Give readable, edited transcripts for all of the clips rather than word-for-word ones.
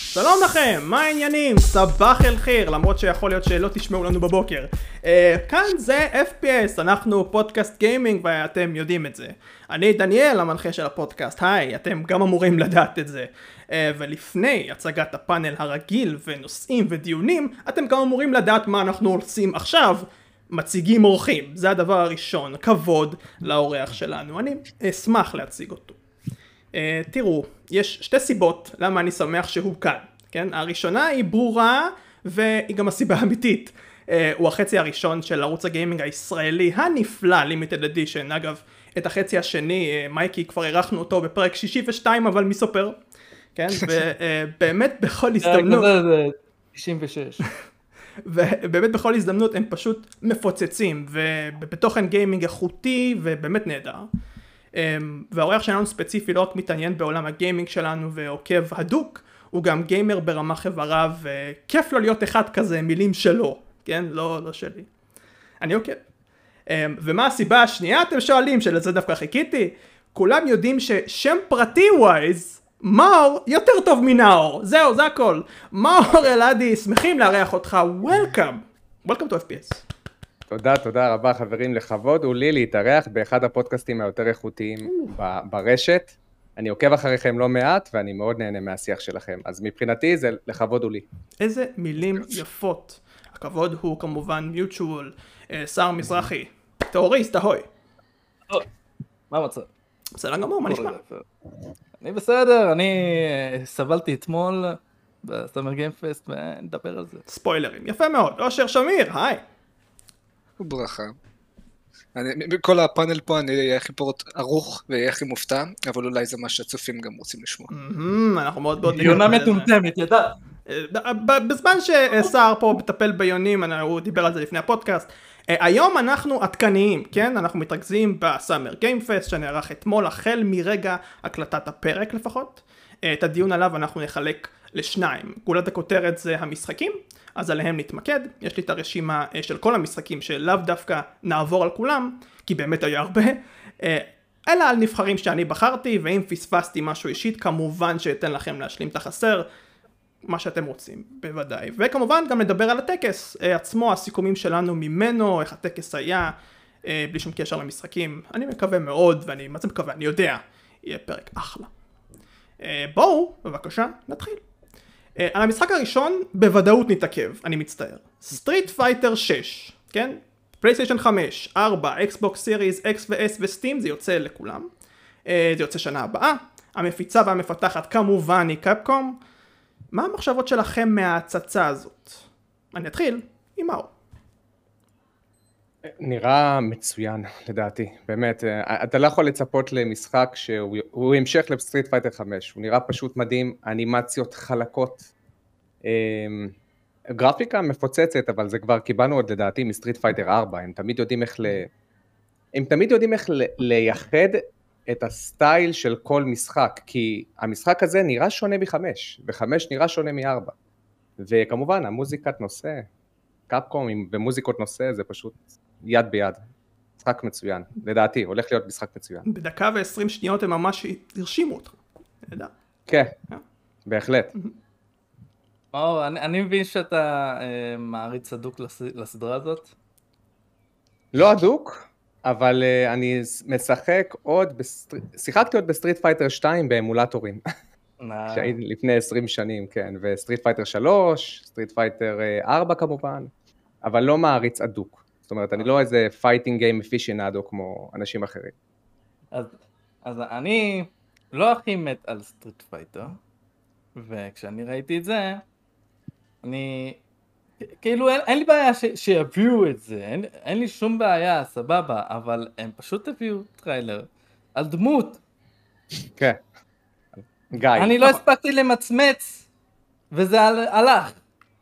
שלום לכם, מה העניינים? סבח אל חיר, למרות שיכול להיות שלא תשמעו לנו בבוקר. כאן זה FPS, אנחנו פודקאסט גיימינג ואתם יודעים את זה. אני דניאל, המנחה של הפודקאסט, היי, אתם גם אמורים לדעת את זה. ולפני הצגת הפאנל הרגיל ונושאים ודיונים, אתם גם אמורים לדעת מה אנחנו עושים עכשיו. מציגים אורחים, זה הדבר הראשון, כבוד לאורח שלנו, אני אשמח להציג אותו. תראו, יש שתי סיבות למה אני שמח שהוא כאן, כן? הראשונה היא ברורה והיא גם הסיבה האמיתית. הוא החצי הראשון של ערוץ הגיימינג הישראלי הנפלא, Limited Edition. אגב, את החצי השני, מייקי, כבר אירחנו אותו בפרק 62, אבל מי סופר? כן? ובאמת בכל הזדמנות... 96. ובאמת בכל הזדמנות הם פשוט מפוצצים, ובתוכן גיימינג איכותי ובאמת נהדר. והאורח שלנו ספציפי לא רק מתעניין בעולם הגיימינג שלנו ועוקב הדוק, הוא גם גיימר ברמה חברה, וכיף לו להיות אחד כזה, מילים שלו, כן? לא שלי. אני עוקב. ומה הסיבה השנייה אתם שואלים, שלזה דווקא חיכיתי? כולם יודעים ששם פרטי ווייז, מאור יותר טוב מנאור. זהו, זה הכל. מאור אלעדי, שמחים לארח אותך. Welcome to FPS. תודה רבה חברים, לכבוד הוא לי להתארח באחד הפודקאסטים היותר איכותיים ברשת. אני עוקב אחריכם לא מעט ואני מאוד נהנה מהשיח שלכם, אז מבחינתי זה לכבוד הוא לי. איזה מילים יפות. הכבוד הוא כמובן מיוטשואל. שר מזרחי, טרוריסט, אהוי. מה המצב? בסדר גמור, מה נשמע? אני בסדר, אני סבלתי אתמול בסאמר גיים פסט ונדבר על זה. ספוילרים, יפה מאוד. אושר שמיר, היי. ברכה. בכל הפאנל פה אני אהיה הכי פורט ערוך ואהיה הכי מופתע, אבל אולי זה מה שהצופים גם רוצים לשמוע. אנחנו מאוד יונה מטומטמת, ידע. בזמן ששר פה מטפל ביונים, הוא דיבר על זה לפני הפודקאסט, היום אנחנו עדכניים, כן? אנחנו מתרכזים בסאמר גיים פסט שנערך אתמול, החל מרגע הקלטת הפרק לפחות. את הדיון עליו אנחנו נחלק לשניים. גולת הכותרת זה המשחקים, אז עליהם נתמקד. יש לי את הרשימה של כל המשחקים שלאו דווקא נעבור על כולם, כי באמת היה הרבה, אלא על נבחרים שאני בחרתי, ואם פספסתי משהו אישית, כמובן שאתן לכם להשלים את החסר, מה שאתם רוצים, בוודאי. וכמובן גם נדבר על הטקס עצמו, הסיכומים שלנו ממנו, איך הטקס היה, בלי שום קשר למשחקים. אני מקווה מאוד, מה זה מקווה? אני יודע, יהיה פרק אחלה. בואו, בבקשה, נתחיל. על המשחק הראשון בוודאות נתעכב, אני מצטער. סטריט פייטר 6, כן? פלייסטיישן 5, 4, אקסבוקס סיריס, X ו-S וסטים, זה יוצא לכולם. זה יוצא שנה הבאה. המפיצה והמפתחת כמובן היא קפקום. מה המחשבות שלכם מההצצה הזאת? אני אתחיל עם מאור. נראה מצוין לדעתי, באמת. אתה לא יכול לצפות למשחק שהוא המשך לסטריט פייטר 5, הוא נראה פשוט מדהים, אנימציות חלקות, גרפיקה מפוצצת, אבל זה כבר קיבלנו עוד לדעתי מסטריט פייטר 4, הם תמיד יודעים איך לייחד את הסטייל של כל משחק, כי המשחק הזה נראה שונה מ5, ו5 נראה שונה מ4, וכמובן המוזיקת נושא, קפקום ומוזיקות נושא זה פשוט יד ביד, משחק מצוין, לדעתי, הולך להיות משחק מצוין. בדקה ו20 שניות הם ממש הרשימו אותך, נדע. כן, בהחלט. אני מבין שאתה מעריץ אדוק לסדרה הזאת. לא אדוק, אבל אני משחק שיחקתי עוד בסטריט פייטר 2 באמולטורים. שהייתי לפני 20 שנים, כן, וסטריט פייטר 3, סטריט פייטר 4 כמובן, אבל לא מעריץ אדוק. זאת אומרת, אני לא איזה פייטינג גיים אפישנדו כמו אנשים אחרים. אז אני לא הכי מת על סטריט פייטר, וכשאני ראיתי את זה, כאילו אין לי בעיה שיביאו את זה, אין לי שום בעיה, סבבה, אבל הם פשוט הביאו טריילר על דמות. כן. גיא. אני לא הספקתי למצמץ, וזה הלך.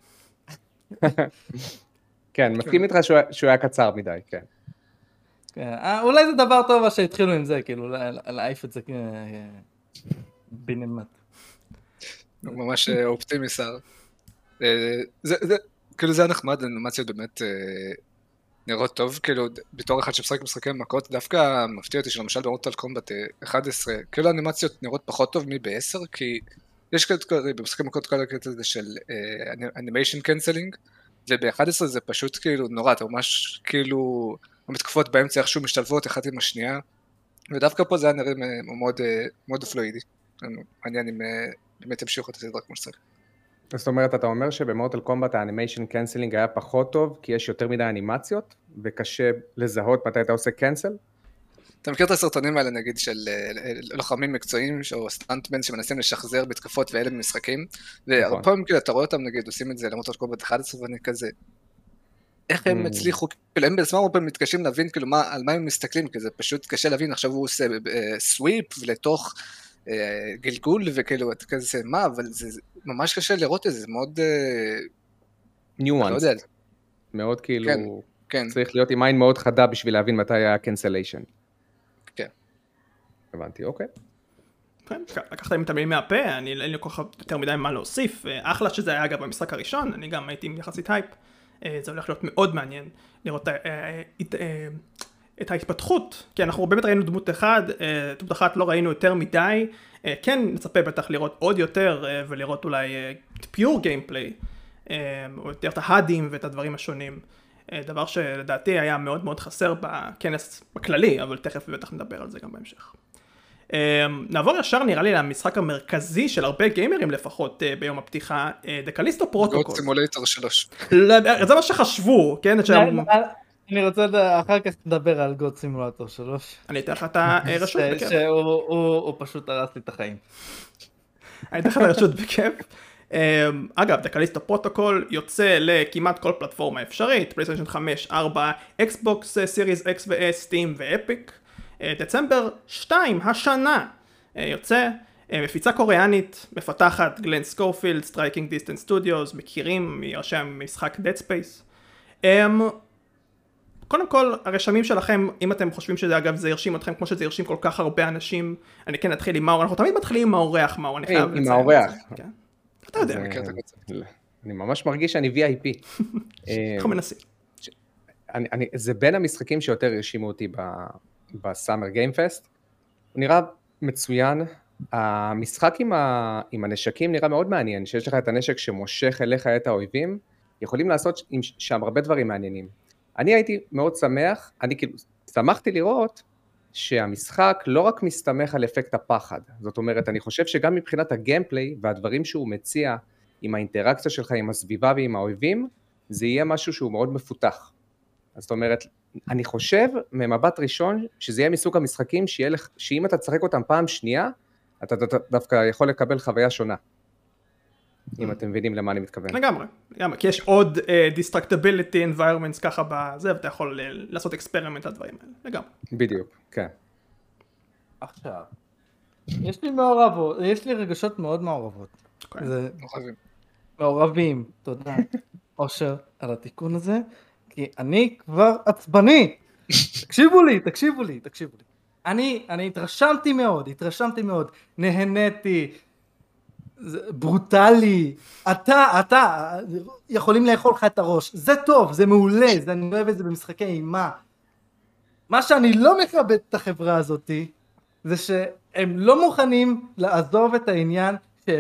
כן, מסכים איתך שהוא היה קצר מדי, כן. אולי זה דבר טוב שהתחילו עם זה, כאילו, להעיף את זה בנמת. ממש אופטימי שר. כאילו זה נחמד, האנימציות באמת נראות טוב, כאילו בתור אחד שמשחק משחקי מכות, דווקא מפתיע אותי שלמשל במורטל קומבט 11, כאילו האנימציות נראות פחות טוב מב-10, כי יש במשחקים כל הקטע הזה של אנימיישן קנסלינג, וב-11 זה פשוט כאילו נורא, אתה ממש כאילו, המתקפות באמצע איכשהו משתלבות אחת עם השנייה, ודווקא פה זה היה נראה מאוד פלואידי. מעניין אם באמת המשיכו את הסדרה כמו שצריך. זאת אומרת, אתה אומר שבמורטל קומבט האנימיישן קנסלינג היה פחות טוב, כי יש יותר מדי אנימציות, וקשה לזהות מתי אתה עושה קנסל? אתה מכיר את הסרטונים האלה, נגיד, של לוחמים מקצועיים, או סטנטמן שמנסים לשחזר בתקפות ואלה במשחקים, והרבה פעמים כאילו, אתה רואה אותם, נגיד, עושים את זה למורטל קומבט 11, ואני כזה, איך הם הצליחו, כאילו, הם בעצמם הרבה פעמים מתקשים להבין, כאילו, על מה הם מסתכלים, כי זה פשוט קשה להבין, עכשיו הוא עושה סוויפ, ולתוך גלגול, וכאילו, אתה כזה, מה, אבל זה ממש קשה לראות את זה, זה מאוד... ניואנס. מאוד כאילו, צריך להיות עם עין מאוד חדה בשביל להבין מתי היה קנסליישן. כן. הבנתי, אוקיי. כן, לקחת לי את המילים מהפה, אין לי כל כך יותר מדי מה להוסיף. אחלה שזה היה אגב במשחק הראשון, אני גם הייתי עם יחסית הייפ. זה הולך להיות מאוד מעניין לראות את ההתפתחות, כי אנחנו באמת ראינו דמות אחת לא ראינו יותר מדי, כן נצפה בטח לראות עוד יותר ולראות אולי פיור גיימפליי, או יותר את ההדים ואת הדברים השונים, דבר שלדעתי היה מאוד מאוד חסר בכנס בכללי, אבל תכף בטח נדבר על זה גם בהמשך. נעבור ישר נראה לי למשחק המרכזי של הרבה גיימרים לפחות ביום הפתיחה, דקליסטו פרוטוקול. גוד סימולטור 3. זה מה שחשבו, כן? אני רוצה אחר כך לדבר על גוד סימולטור 3. אני אתן לך את הרשות בכיף. שהוא פשוט הרס לי את החיים. אני אתן לך את הרשות בכיף. אגב, דקליסטו פרוטוקול יוצא לכמעט כל פלטפורמה אפשרית, פלייסטיישן 5, 4, אקסבוקס, סיריס X ו-S, סטים ואפיק. דצמבר 2 השנה יוצא, מפיצה קוריאנית, מפתחת גלן סקופילד, סטרייקינג דיסטנס סטודיוס, מכירים מראשי המשחק Dead Space. קודם כל, הרשמים שלכם, אם אתם חושבים שזה אגב זה ירשים אתכם כמו שזה ירשים כל כך הרבה אנשים, אני כן אתחיל עם מאור, אנחנו תמיד מתחילים עם האורח מאור, אני חייב לציין. עם האורח. אתה יודע. אני ממש מרגיש שאני VIP. אנחנו מנסים. זה בין המשחקים שיותר הרשימו אותי בסאמר גיימפסט, הוא נראה מצוין, המשחק עם הנשקים נראה מאוד מעניין, שיש לך את הנשק שמושך אליך את האויבים, יכולים לעשות שם הרבה דברים מעניינים. אני הייתי מאוד שמח, אני כאילו שמחתי לראות שהמשחק לא רק מסתמך על אפקט הפחד, זאת אומרת, אני חושב שגם מבחינת הגיימפליי והדברים שהוא מציע עם האינטראקציה שלך עם הסביבה ועם האויבים, זה יהיה משהו שהוא מאוד מפותח. זאת אומרת, אני חושב ממבט ראשון שזה יהיה מסוג המשחקים שאם אתה תשחק אותם פעם שנייה, אתה דווקא יכול לקבל חוויה שונה. אם אתם מבינים למה אני מתכוון. לגמרי, כי יש עוד destructibility environments ככה בזה, ואתה יכול לעשות אקספרימנט על הדברים האלה, לגמרי. בדיוק, כן. עכשיו, יש לי רגשות מאוד מעורבות. מעורבים, תודה. אושר על התיקון הזה. כי אני כבר עצבני, תקשיבו לי. אני התרשמתי מאוד, נהניתי, ברוטלי, אתה, יכולים לאכול לך את הראש, זה טוב, זה מעולה, אני אוהב את זה במשחקי אימה. מה שאני לא מכבד את החברה הזאת, זה שהם לא מוכנים לעזוב את העניין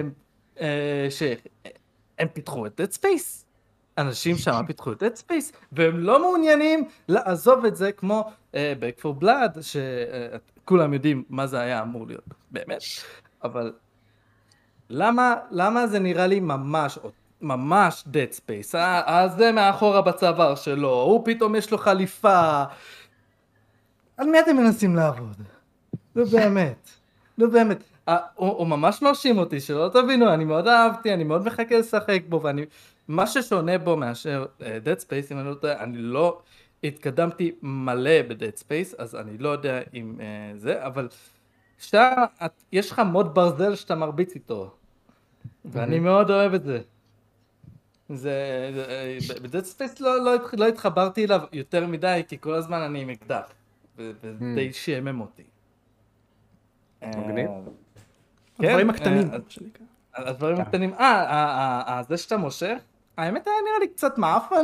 שהם פיתחו את Dead Space. אנשים שם פיתחו את Dead Space, והם לא מעוניינים לעזוב את זה כמו Back 4 Blood, שכולם יודעים מה זה היה אמור להיות, באמת. אבל למה זה נראה לי ממש Dead Space? זה מאחורה בצוואר שלו, הוא פתאום יש לו חליפה. על מי אתם מנסים לעבוד? לא באמת. הוא ממש מרשים אותי, שלא תבינו, אני מאוד אהבתי, אני מאוד מחכה לשחק בו, מה ששונה בו מאשר Dead Space, אם אני לא התקדמתי מלא ב-Dead Space, אז אני לא יודע אם זה, אבל יש לך מוד ברזל שאתה מרביץ איתו, ואני מאוד אוהב את זה. ב-Dead Space לא התחברתי אליו יותר מדי, כי כל הזמן אני עם אקדח, ודי שימם אותי. מגניב. הדברים הקטנים. הדברים הקטנים, זה שאתה מושך, האמת היה נראה לי קצת מאפן,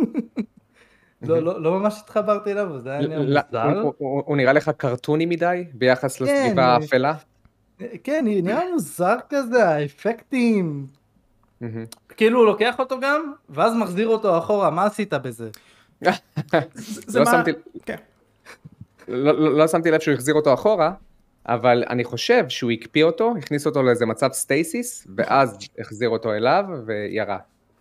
לא ממש התחברתי אליו, זה היה נראה מוזר. הוא נראה לך קרטוני מדי ביחס לסביבה האפלה? כן, נראה מוזר כזה, האפקטים. כאילו הוא לוקח אותו גם, ואז מחזיר אותו אחורה, מה עשית בזה? לא שמתי לב שהוא החזיר אותו אחורה, אבל אני חושב שהוא הקפיא אותו, הכניס אותו לאיזה מצב סטייסיס, ואז החזיר אותו אליו וירה.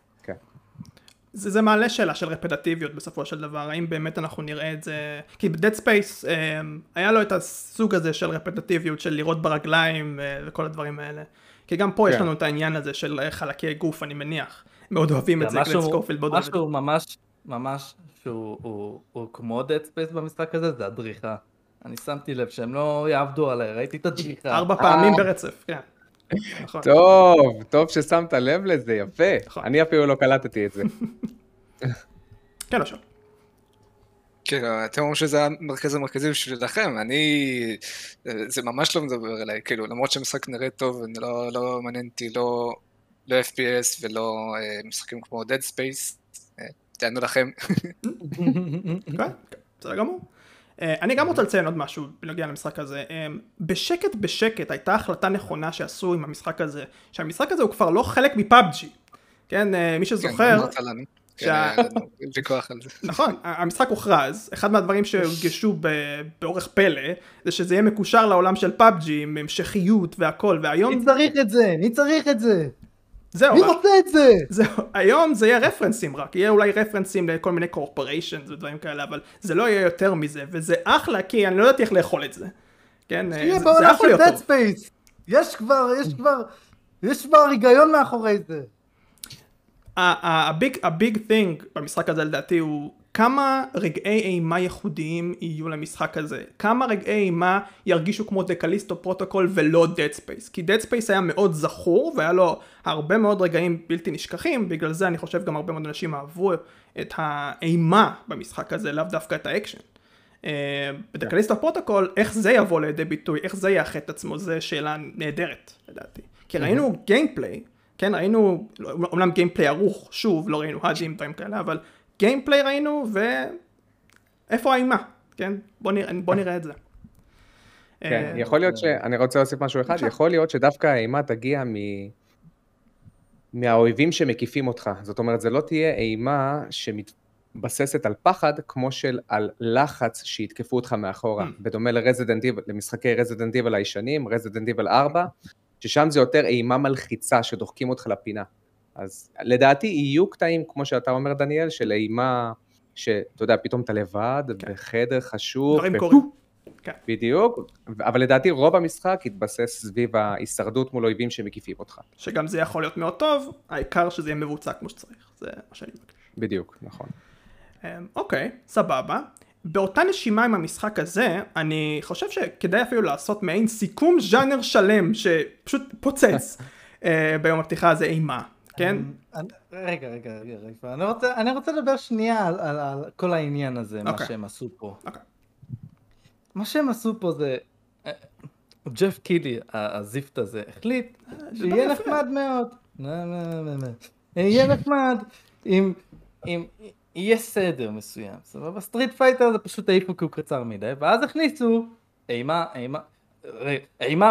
זה מעלה שאלה של רפדטיביות בסופו של דבר, האם באמת אנחנו נראה את זה, כי בדד ספייס היה לו את הסוג הזה של רפדטיביות, של לראות ברגליים וכל הדברים האלה, כי גם פה יש לנו את העניין הזה של חלקי גוף, אני מניח, מאוד אוהבים את זה, סקורפילד מאוד אוהב את זה. משהו ממש שהוא כמו דד ספייס במשחק הזה, זה הדריכה. אני שמתי לב שהם לא יעבדו עליי, ראיתי את הדריכה. 4 פעמים ברצף, כן. טוב ששמת לב לזה, יפה. אני אפילו לא קלטתי את זה. כן, לא שואל. כן, אתם אומרים שזה המרכז המרכזי בשבילכם, זה ממש לא מדבר אליי, כאילו, למרות שהמשחק נראה טוב, לא מעניין אותי, לא FPS ולא משחקים כמו Dead Space, תענו לכם. כן, בסדר גמור. אני גם רוצה לציין עוד משהו בנוגע למשחק הזה. בשקט הייתה החלטה נכונה שעשו עם המשחק הזה, שהמשחק הזה הוא כבר לא חלק מפאבג'י. כן, מי שזוכר... נכון, המשחק הוכרז, אחד מהדברים שהורגשו באורך פלא, זה שזה יהיה מקושר לעולם של פאבג'י, עם המשכיות והכל, והיום... מי צריך את זה? זהו. מי רוצה את זה? זהו, היום זה יהיה רפרנסים רק, יהיה אולי רפרנסים לכל מיני קורפוריישנס ודברים כאלה, אבל זה לא יהיה יותר מזה, וזה אחלה, כי אני לא יודעת איך לאכול את זה. כן, זה אחלה להיות טוב. יש כבר היגיון מאחורי זה. הביג thing במשחק הזה לדעתי הוא כמה רגעי אימה ייחודיים יהיו למשחק הזה, כמה רגעי אימה ירגישו כמו דקליסטו פרוטוקול ולא Dead Space, כי Dead Space היה מאוד זכור והיה לו הרבה מאוד רגעים בלתי נשכחים, בגלל זה אני חושב גם הרבה מאוד אנשים אהבו את האימה במשחק הזה, לאו דווקא את האקשן. בדקליסטו פרוטוקול, איך זה יבוא לידי ביטוי, איך זה יאחד את עצמו, זה שאלה נהדרת לדעתי, כי ראינו גיימפליי, כן, ראינו, אומנם גיימפליי ערוך, שוב, לא ראינו האג'ים, דברים כאלה, אבל גיימפליי ראינו, ואיפה האימה, כן? בוא נראה את זה. כן, יכול להיות אני רוצה להוסיף משהו אחד, יכול להיות שדווקא האימה תגיע מהאויבים שמקיפים אותך, זאת אומרת, זה לא תהיה אימה שמתבססת על פחד, כמו של על לחץ שיתקפו אותך מאחורה, בדומה למשחקי רזידנט איבל הישנים, רזידנט איבל 4, ששם זה יותר אימה מלחיצה שדוחקים אותך לפינה. אז לדעתי יהיו קטעים, כמו שאתה אומר דניאל, של אימה שאתה יודע, פתאום אתה לבד, בחדר חשוב. דברים קורים. בדיוק, אבל לדעתי רוב המשחק יתבסס סביב ההישרדות מול אויבים שמקיפים אותך. שגם זה יכול להיות מאוד טוב, העיקר שזה יהיה מבוצע כמו שצריך, זה מה שאני מבקש. בדיוק, נכון. אוקיי, סבבה. באותה נשימה עם המשחק הזה, אני חושב שכדאי אפילו לעשות מעין סיכום ז'אנר שלם, שפשוט פוצץ ביום הפתיחה הזה אימה, כן? רגע, אני רוצה לדבר שנייה על כל העניין הזה, מה שהם עשו פה. מה שהם עשו פה זה, ג'ף קילי, הזיפט הזה, החליט שיהיה נחמד מאוד. יהיה נחמד אם יהיה סדר מסוים. סבבה, סטריט פייטר זה פשוט העיפו כי הוא קצר מדי, ואז הכניסו אימה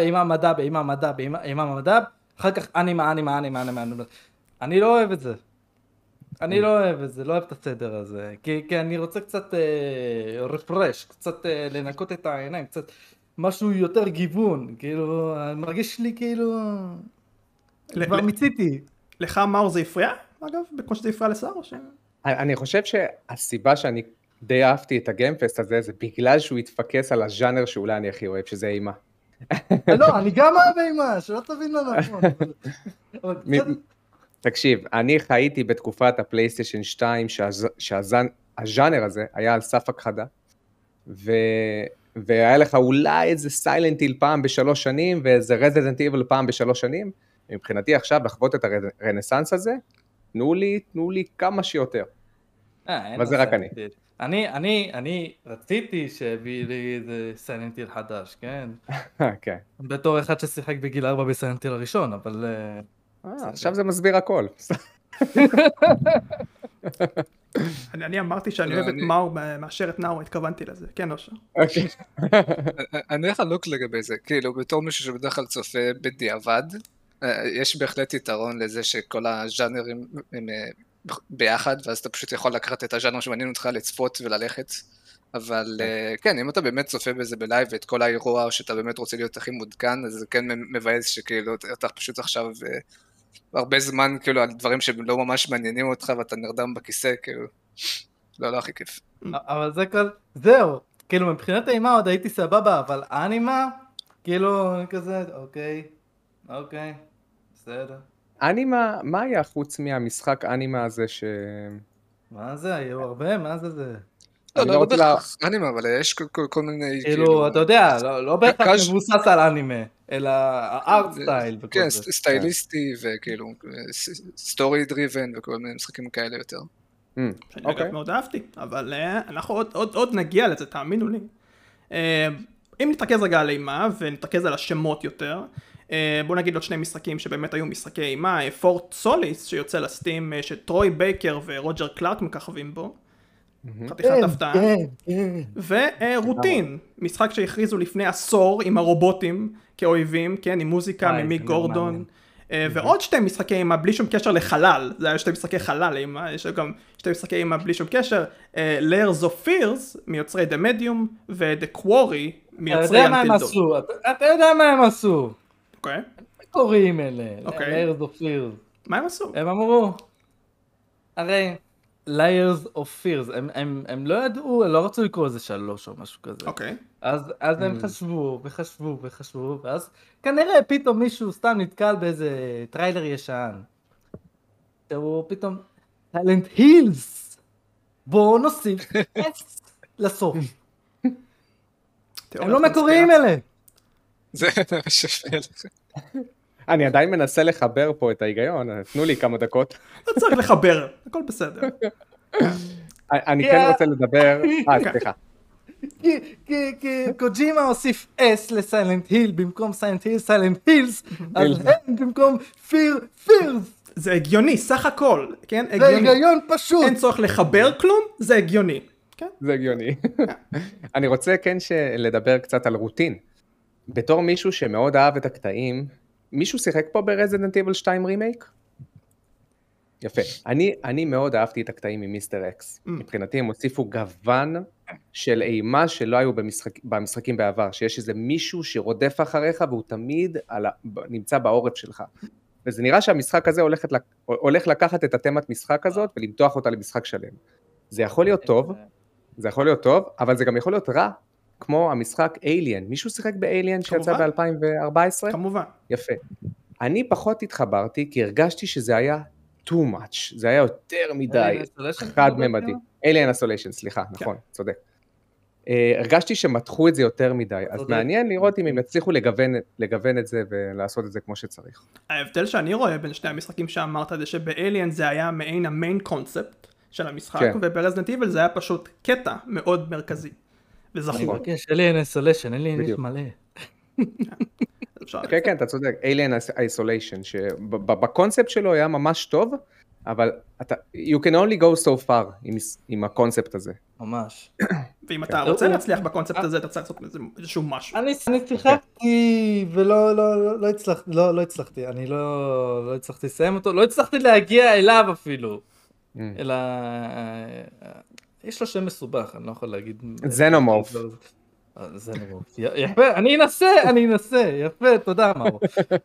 מדע, אחר כך אנימה. אני לא אוהב את זה. לא אוהב את הסדר הזה, כי אני רוצה קצת רפרש, קצת לנקות את העיניים, קצת משהו יותר גיוון, כאילו, מרגיש לי כאילו, כבר מיציתי. לך מאור זה הפריע, אגב, כמו שזה הפריע לשר או ש... אני חושב שהסיבה שאני די אהבתי את הגיימפסט הזה, זה בגלל שהוא התפקס על הז'אנר שאולי אני הכי אוהב, שזה אימה. לא, אני גם אוהב אימה, שלא תבין לא נכון. תקשיב, אני חייתי בתקופת הפלייסטיישן 2, שהז'אנר הזה היה על סף הכחדה, והיה לך אולי איזה סיילנט היל פעם ב3 שנים, ואיזה רזידנט איבל פעם ב3 שנים, מבחינתי עכשיו לחוות את הרנסנס הזה, תנו לי כמה שיותר. אבל זה רק אני רציתי שהביא לי איזה סיילנט היל חדש, כן? כן. בתור אחד ששיחק בגיל 4 בסיילנט היל הראשון, אבל... עכשיו זה מסביר הכל. אני אמרתי שאני אוהב את מאו מאשר את נאו, התכוונתי לזה, כן אושר. אני חלוק לגבי זה, כאילו בתור מישהו שבדרך כלל צופה בדיעבד, יש בהחלט יתרון לזה שכל הז'אנרים הם ביחד, ואז אתה פשוט יכול לקחת את הז'אנר שמעניין אותך לצפות וללכת, אבל כן, אם אתה באמת צופה בזה בלייב ואת כל האירוע, או שאתה באמת רוצה להיות הכי מודכן, אז זה כן מבאס שכאילו אתה פשוט עכשיו הרבה זמן כאילו על דברים שלא ממש מעניינים אותך ואתה נרדם בכיסא, כאילו, לא הכי כיף. אבל זה זהו, כאילו מבחינת האימה עוד הייתי סבבה, אבל אנימה, כאילו כזה, אוקיי, בסדר. אנימה, מה היה חוץ מהמשחק אנימה הזה ש... מה זה, היו הרבה, מה זה? לא בהכרח אנימה, אבל יש כל מיני כאילו, אתה יודע, לא בהכרח מבוסס על אנימה, אלא הארט סטייל וכל כן, זה. סטייליסטי וכאילו סטורי דריבן וכל מיני משחקים כאלה יותר. שאני אגב מאוד אהבתי, אבל אנחנו עוד נגיע לזה, תאמינו לי. אם נתרכז רגע על אימה ונתרכז על השמות יותר, בואו נגיד עוד שני משחקים שבאמת היו משחקי אימה, פורט סוליס שיוצא לסטים, שטרוי בייקר ורוג'ר קלארק מככבים בו, חתיכת הפתעה, ורוטין, משחק שהכריזו לפני עשור עם הרובוטים כאויבים, כן, עם מוזיקה ממיק גורדון, ועוד שתי משחקי אימה בלי שום קשר לחלל, זה היה שתי משחקי חלל אימה, יש גם שתי משחקי אימה בלי שום קשר, Layers of Fears מיוצרי The Medium ו-The Quarry מיוצרי Until Dawn. אתה יודע מה הם עשו. אוקיי. קוראים אלה, Layers of Fears. מה הם עשו? הם אמרו, הרי Layers of Fears, הם לא ידעו, לא רצו לקרוא איזה 3 או משהו כזה. אוקיי. אז הם חשבו, ואז כנראה פתאום מישהו סתם נתקל באיזה טריילר ישן. הוא פתאום, טיילנט הילס, בואו נוסיף אס לסוף. הם לא מקוריים אלה. זה שפל. אני עדיין מנסה לחבר פה את ההיגיון, תנו לי כמה דקות. לא צריך לחבר, הכל בסדר. אני כן רוצה לדבר, סליחה. כי קוג'ימה הוסיף S לסיילנט היל, במקום סיילנט היל, סיילנט הילס, אז הם במקום פירס. זה הגיוני, סך הכל, כן? זה היגיון פשוט. אין צורך לחבר כלום, זה הגיוני. זה הגיוני. אני רוצה כן לדבר קצת על רוטין. בתור מישהו שמאוד אהב את הקטעים, מישהו שיחק פה ברזידנט איבל 2 רימייק? יפה. אני מאוד אהבתי את הקטעים ממיסטר אקס. מבחינתי הם הוסיפו גוון של אימה שלא היו במשחקים בעבר, שיש איזה מישהו שרודף אחריך והוא תמיד נמצא בעורף שלך. וזה נראה שהמשחק הזה הולך לקחת את התמת משחק הזאת ולמתוח אותה למשחק שלם. זה יכול להיות טוב, אבל זה גם יכול להיות רע, כמו המשחק Alien. מישהו שיחק ב-Alien שיצא ב-2014? כמובן. יפה. אני פחות התחברתי, כי הרגשתי שזה היה too much, זה היה יותר מדי חד-ממדי. Alien Isolation, סליחה, נכון, צודק. הרגשתי שמתחו את זה יותר מדי, אז מעניין לראות אם הם יצליחו לגוון את זה ולעשות את זה כמו שצריך. ההבדל שאני רואה בין שני המשחקים שאמרת זה שב-Alien זה היה מעין המיין קונספט של המשחק, וברזידנט איבל זה היה פשוט קטע מאוד מרכזי. וזכור. אני מבקש, Alien Isolation, Alien מלא. כן, אתה צודק, Alien Isolation, שבקונספט שלו היה ממש טוב, אבל you can only go so far עם הקונספט הזה. ממש. ואם אתה רוצה להצליח בקונספט הזה, אתה צריך לעשות איזשהו משהו. אני שיחקתי ולא הצלחתי, אני לא הצלחתי לסיים אותו, לא הצלחתי להגיע אליו אפילו. אלא... יש לו שם מסובך, אני לא יכול להגיד... זנומורף. זנומורף, יפה, אני אנסה, יפה, תודה מאור.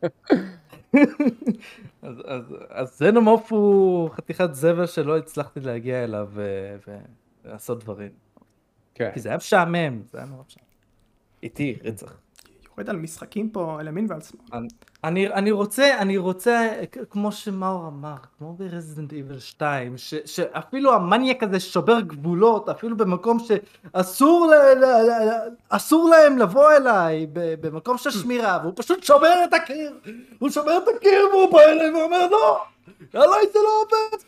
אז זנומורף הוא חתיכת זבל שלא הצלחתי להגיע אליו ולעשות דברים. כי זה היה משעמם, זה היה נורא משעמם. איתי, רצח. יורד על משחקים פה, על ימין ועל שמאל. אני רוצה, כמו שמאור אמר, כמו ברזידנט איבל 2, שאפילו המניאק הזה שובר גבולות, אפילו במקום שאסור להם לבוא אליי, במקום של שמירה, והוא פשוט שובר את הקיר, והוא בא אליי ואומר, לא, עליי זה לא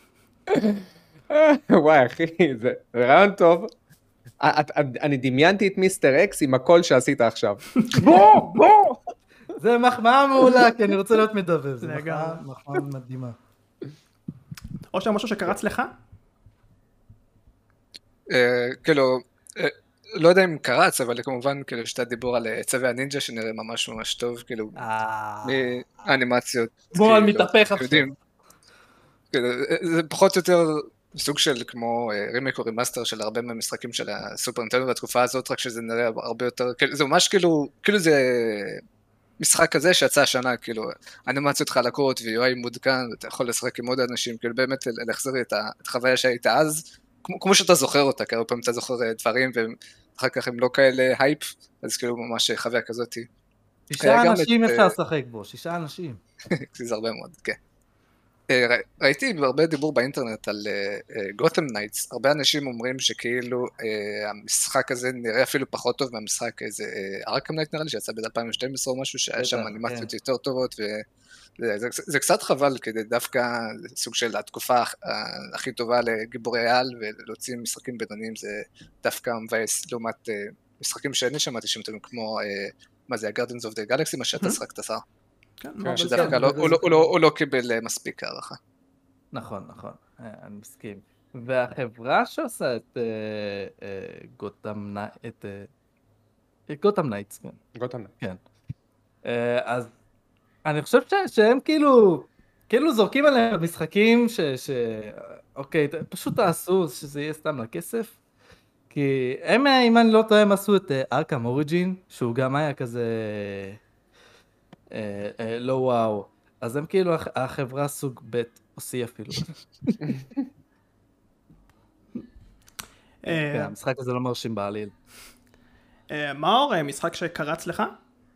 עובד. וואי אחי, זה רעיון טוב. אני דמיינתי את מיסטר אקס עם הכל שעשית עכשיו. בוא! זה מחמאה מעולה, כי אני רוצה להיות מדבב. זה מחמאה מדהימה. או שם משהו שקרץ לך? כאילו, לא יודע אם קרץ, אבל כמובן, כאילו, יש את הדיבור על צווי הנינג'ה שנראה ממש ממש טוב, כאילו, מאנימציות. כמו על מתהפך עכשיו. זה פחות או יותר סוג של כמו רימייק או רימאסטר של הרבה מהמשחקים של הסופר נינטנדו בתקופה הזאת, רק שזה נראה הרבה יותר, זה ממש כאילו זה משחק כזה שיצא השנה, כאילו, אנימציות חלקות ו-UI מודכן, ואתה יכול לשחק עם עוד אנשים, כאילו באמת להחזיר את החוויה שהיית אז, כמו שאתה זוכר אותה, כי הרבה פעמים אתה זוכר דברים, ואחר כך הם לא כאלה הייפ, אז כאילו ממש חוויה כזאת. 6 אנשים אפשר לשחק בו, 6 אנשים. זה הרבה מאוד, כן. ראיתי הרבה דיבור באינטרנט על גותם נייטס, הרבה אנשים אומרים שכאילו המשחק הזה נראה אפילו פחות טוב מהמשחק איזה ארקם נייט נראה לי שיצא ב-2012 או משהו שהיה שם אנימציות יותר טובות וזה קצת חבל כדי דווקא סוג של התקופה הכי טובה לגיבורי על ולהוציא משחקים בינוניים זה דווקא מבאס לעומת משחקים שאני שמעתי שמתאים כמו מה זה ה-Guardians of the Galaxy מה שאתה שחקת שר שדווקא הוא לא קיבל מספיק הערכה. נכון, אני מסכים. והחברה שעושה את גותם נייטס, כן. אז אני חושב שהם כאילו זורקים עליהם משחקים אוקיי, פשוט תעשו שזה יהיה סתם לכסף. כי הם, אם אני לא טועה, הם עשו את ארקם אוריג'ין, שהוא גם היה כזה לא וואו. אז הם כאילו החברה סוג ב' או C אפילו. המשחק הזה לא מרשים בעליל. מאור, משחק שקרץ לך?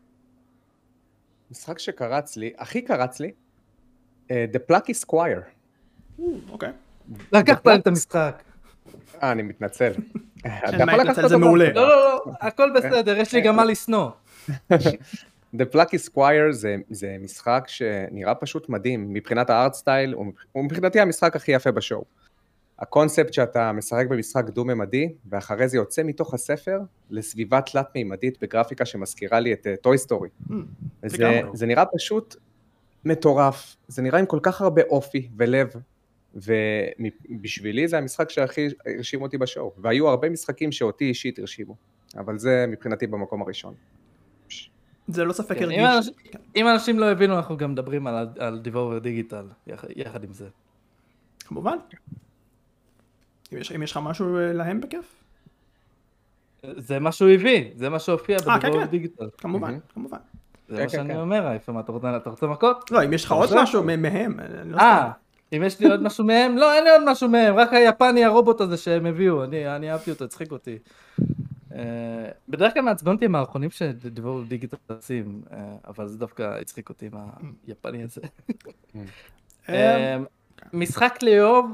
משחק שקרץ לי, הכי קרץ לי, The Plucky Squire. אוקיי. לקחת להם את המשחק. אני מתנצל. זה מעולה. לא, הכל בסדר, יש לי גם מה לשנוא. The Plucky Squire זה משחק שנראה פשוט מדהים, מבחינת הארט סטייל, ומבחינתי המשחק הכי יפה בשואו. הקונספט שאתה משחק במשחק דו-ממדי, ואחרי זה יוצא מתוך הספר, לסביבה תלת-מימדית בגרפיקה שמזכירה לי את טוי סטורי. זה נראה פשוט מטורף, זה נראה עם כל כך הרבה אופי ולב, ובשבילי זה המשחק שהכי הרשים אותי בשואו, והיו הרבה משחקים שאותי אישית הרשימו, אבל זה מבחינתי במקום הראשון. זה לא ספק הרגיש. אם אנשים לא הבינו, אנחנו גם מדברים על דיבובר דיגיטל, יחד עם זה. כמובן. אם יש לך משהו להם בכיף? זה מה שהוא הביא, זה מה שהופיע בדיבובר דיגיטל. כמובן. זה מה שאני אומר, איפה אתה רוצה מכות? לא, אם יש לך עוד משהו מהם. אם יש לי עוד משהו מהם? לא, אין לי עוד משהו מהם, רק היפני הרובוט הזה שהם הביאו, אני אהבתי אותו, הצחיק אותי. בדרך כלל מעצבן אותי מהמערכונים שדיבובר דיגיטל עושים, אבל זה דווקא הצחיק אותי מהיפני הזה. משחק לאהוב?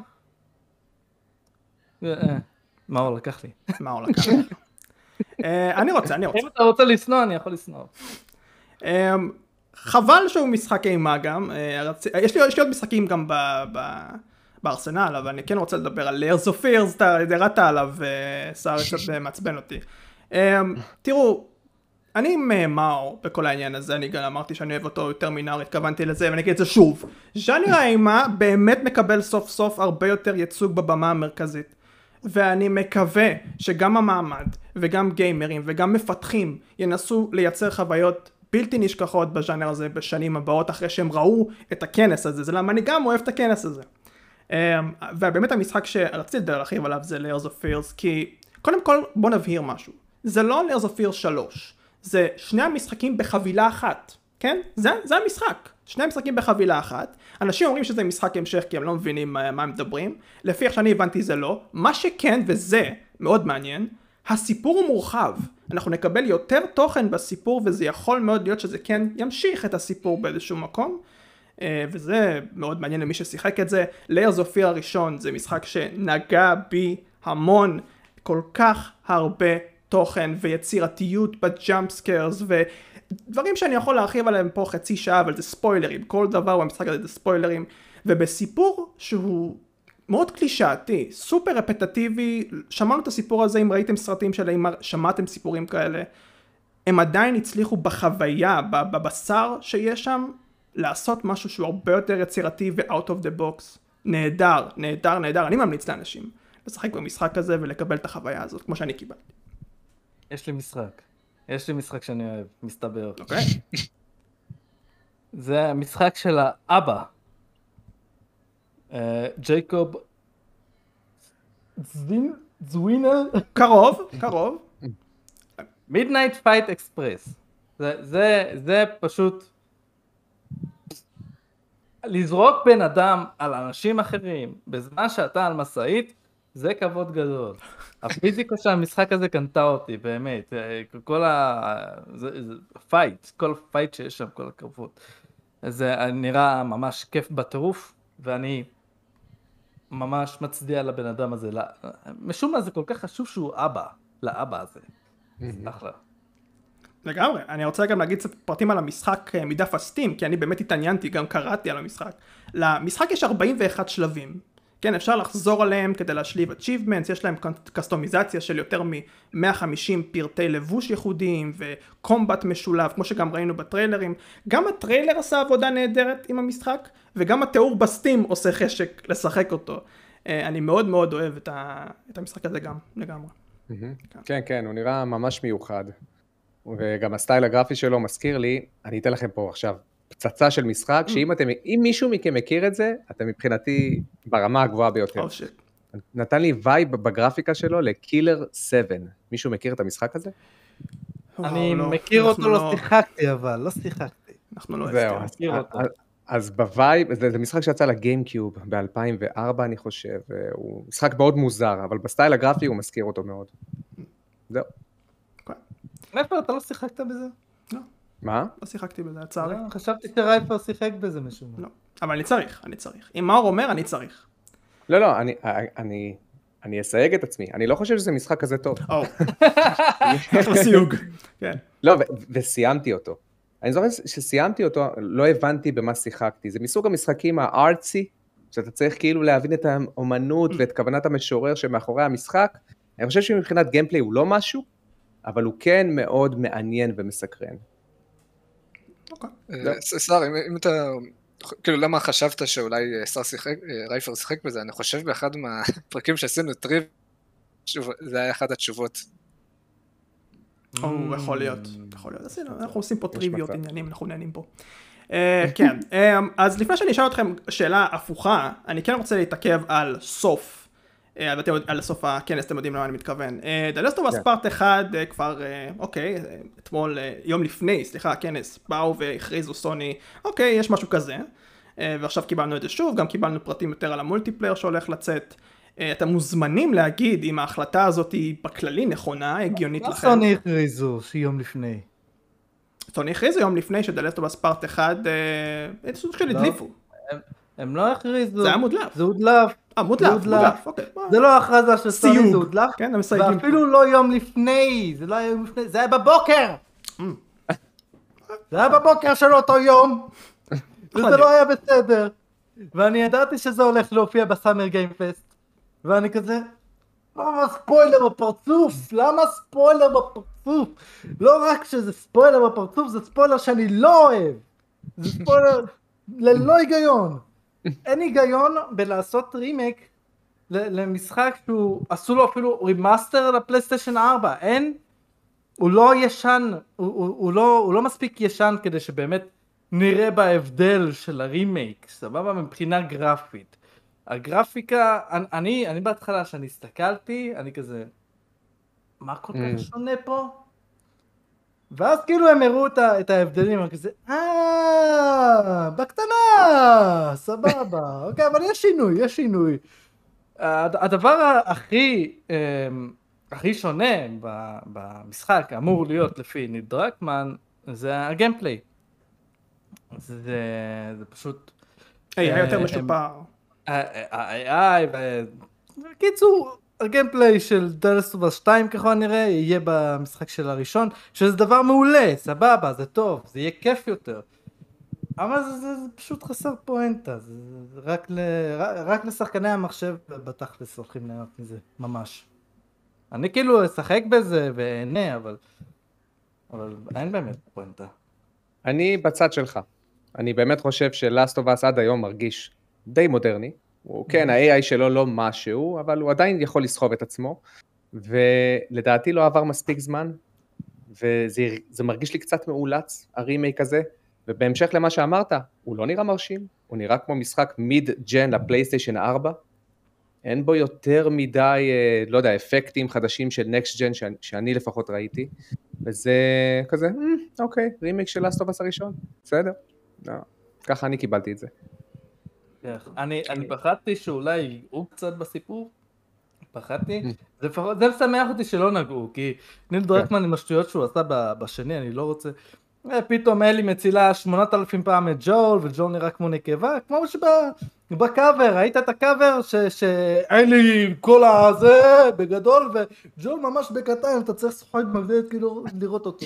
מאור לקח לי. אני רוצה. אם אתה רוצה לשנוא, אני יכול לשנוא. חבל שהוא משחק אימה גם, יש לי עוד משחקים גם בארסנל, אבל אני כן רוצה לדבר על Layers of Fears, אתה הראת עליו, שר קצת מעצבן אותי. תראו, אני מאור בכל העניין הזה, אני גם אמרתי שאני אוהב אותו יותר מנער, התכוונתי לזה, ואני אגיד את זה שוב. ז'אנר האימה באמת מקבל סוף סוף הרבה יותר ייצוג בבמה המרכזית. ואני מקווה שגם המעמד, וגם גיימרים, וגם מפתחים, ינסו לייצר חוויות בלתי נשכחות בז'אנר הזה בשנים הבאות, אחרי שהם ראו את הכנס הזה. זה למה אני גם אוהב את הכנס הזה. ובאמת המשחק שרציתי להרחיב עליו זה Layers of Fears, כי קודם כל בוא נבהיר משהו. זה לא Layers of Fears 3, זה שני המשחקים בחבילה אחת, כן? זה המשחק. שני משחקים בחבילה אחת. אנשים אומרים שזה משחק המשך כי הם לא מבינים מה הם מדברים. לפי איך שאני הבנתי זה לא. מה שכן, וזה מאוד מעניין, הסיפור הוא מורחב. אנחנו נקבל יותר תוכן בסיפור, וזה יכול מאוד להיות שזה כן ימשיך את הסיפור באיזשהו מקום. וזה מאוד מעניין למי ששיחק את זה. Layers of Fear הראשון זה משחק שנגע בי המון, כל כך הרבה תוכן ויצירתיות בג'אמפ סקיירס ודברים שאני יכול להרחיב עליהם פה חצי שעה, אבל זה ספוילרים, כל דבר במשחק הזה זה ספוילרים, ובסיפור שהוא מאוד קלישאתי, סופר רפטטיבי. שמענו את הסיפור הזה, אם ראיתם סרטים שלהם, שמעתם סיפורים כאלה, הם עדיין הצליחו בחוויה, בבשר שיש שם, לעשות משהו שהוא הרבה יותר יצירתי ו-out of the box. נהדר, אני ממליץ לאנשים לשחק במשחק הזה ולקבל את החוויה הזאת, כמו שאני קיבלתי. יש לי משחק שאני אוהב, מסתבר. אוקיי. זה המשחק של האבא. ג'ייקוב זווינר. קרוב. Midnight Fight Express. זה פשוט לזרוק בן אדם על אנשים אחרים בזמן שאתה על מסעית, זה כבוד גדול. הפיזיקה של המשחק הזה קנתה אותי, באמת. כל הפייט שיש שם, כל הקרבות. זה נראה ממש כיף בטירוף, ואני ממש מצדיע לבן אדם הזה. משום מה זה כל כך חשוב שהוא אבא, לאבא הזה. אחלה. לגמרי, אני רוצה גם להגיד קצת פרטים על המשחק מדף הסטים, כי אני באמת התעניינתי, גם קראתי על המשחק. למשחק יש 41 שלבים, כן, אפשר לחזור עליהם כדי להשליב achievements, יש להם קסטומיזציה של יותר מ-150 פרטי לבוש ייחודיים, וקומבט משולב, כמו שגם ראינו בטריילרים. גם הטריילר עשה עבודה נהדרת עם המשחק, וגם התיאור בסטים עושה חשק לשחק אותו. אני מאוד מאוד אוהב את המשחק הזה גם, לגמרי. כן, הוא נראה ממש מיוחד. וגם הסטייל הגרפי שלו מזכיר לי, אני אתן לכם פה עכשיו פצצה של משחק, שאם מישהו מכם מכיר את זה, אתם מבחינתי ברמה הגבוהה ביותר. נתן לי וייב בגרפיקה שלו לקילר 7. מישהו מכיר את המשחק הזה? אני מכיר אותו, לא שיחקתי אבל, לא שיחקתי. אנחנו לא מכיר אותו. אז בווייב, זה משחק שיצא לגיימקיוב ב-2004 אני חושב, הוא משחק מאוד מוזר, אבל בסטייל הגרפי הוא מזכיר אותו מאוד. זהו. רייפר, אתה לא שיחקת בזה? לא. מה? לא שיחקתי בזה, לצערי. חשבתי שרייפר שיחק בזה משום מה. לא, אבל אני צריך. אם מאור אומר, אני צריך. לא, אני אסייג את עצמי. אני לא חושב שזה משחק כזה טוב. אחלה סיוג. לא, וסיימתי אותו. אני זוכר שסיימתי אותו, לא הבנתי במה שיחקתי. זה מסוג המשחקים הארצי, שאתה צריך כאילו להבין את האומנות ואת כוונת המשורר שמאחורי המשחק. אני חושב שמבחינת גיימפליי הוא לא משהו, אבל הוא כן מאוד מעניין ומסקרן. שר, אם אתה, כאילו למה חשבת שאולי רייפר שיחק בזה? אני חושב באחד מהפרקים שעשינו טריב, זה היה אחת התשובות. יכול להיות. אנחנו עושים פה טריוויות עניינים, אנחנו נהנים פה. כן, אז לפני שאני אשאל אתכם שאלה הפוכה, אני כן רוצה להתעכב על סוף. על סוף הכנס, אתם יודעים למה אני מתכוון. The Last of Us Part 1 כבר, אתמול, יום לפני, הכנס, באו והכריזו סוני, יש משהו כזה, ועכשיו קיבלנו את זה שוב, גם קיבלנו פרטים יותר על המולטיפלייר שהולך לצאת. אתם מוזמנים להגיד אם ההחלטה הזאת היא בכללי נכונה, הגיונית לכם. סוני הכריזו שיום לפני. סוני הכריזו יום לפני ש-The Last of Us Part 1, את סוג של הדליפו. הם לא הכריזו. זה היה מודלף. זה הודלף. מודלף, אוקיי. זה לא הכרזה של סוני, זה הודלף. כן, המסייגים. ואפילו לא יום לפני, זה לא היה יום לפני, זה היה בבוקר. זה היה בבוקר של אותו יום. וזה לא היה בסדר. ואני ידעתי שזה הולך להופיע בסאמר גיים פסט. ואני כזה, למה ספוילר בפרצוף? לא רק שזה ספוילר בפרצוף, זה ספוילר שאני לא אוהב. זה ספוילר ללא היגיון. אין היגיון בלעשות רימייק למשחק שהוא עשו לו אפילו רימאסטר לפלייסטיישן 4. אין, הוא לא ישן, הוא לא מספיק ישן כדי שבאמת נראה בהבדל של הרימייק, סבבה, מבחינה גרפית. הגרפיקה, אני בהתחלה שאני הסתכלתי, אני כזה, מה כל כך שונה פה? ואז כאילו הם הראו את ההבדלים, אני כזה, בקטנה, סבבה, אוקיי, אבל יש שינוי. הדבר הכי שונה במשחק, אמור להיות לפי ניל דרקמן, זה הגיימפליי. זה פשוט... היה יותר משופר. ה-AI, בקיצור, הגיימפליי של The Last of Us 2 ככל נראה יהיה במשחק של הראשון, שזה דבר מעולה, סבבה, זה טוב, זה יהיה כיף יותר. אבל זה פשוט חסר פואנטה, זה רק לשחקני המחשב בתכלס הולכים ליהנות מזה, ממש. אני כאילו אשחק בזה ואהנה, אבל אין באמת פואנטה. אני בצד שלך. אני באמת חושב ש-Last of Us עד היום מרגיש די מודרני, כן, ה-AI שלו לא משהו, אבל הוא עדיין יכול לסחוב את עצמו, ולדעתי לא עבר מספיק זמן, וזה מרגיש לי קצת מאולץ, הרימייק הזה, ובהמשך למה שאמרת, הוא לא נראה מרשים, הוא נראה כמו משחק מיד-ג'ן לפלייסטיישן 4, אין בו יותר מדי, לא יודע, אפקטים חדשים של נקסט-ג'ן שאני לפחות ראיתי, וזה כזה, אוקיי, רימייק של Last of Us הראשון, בסדר, ככה אני קיבלתי את זה. אני פחדתי שאולי הוא קצת בסיפור, פחדתי, זה משמח אותי שלא נגעו, כי ניל דרקמן עם השטויות שהוא עשה בשני, אני לא רוצה, פתאום אלי מצילה 8,000 פעם את ג'ול, וג'ול נראה כמו נקבה, כמו שבקאבר, ראית את הקאבר שאלי כל הזה בגדול, וג'ול ממש בקטן, אתה צריך שחוט מגדלת כאילו לראות אותו.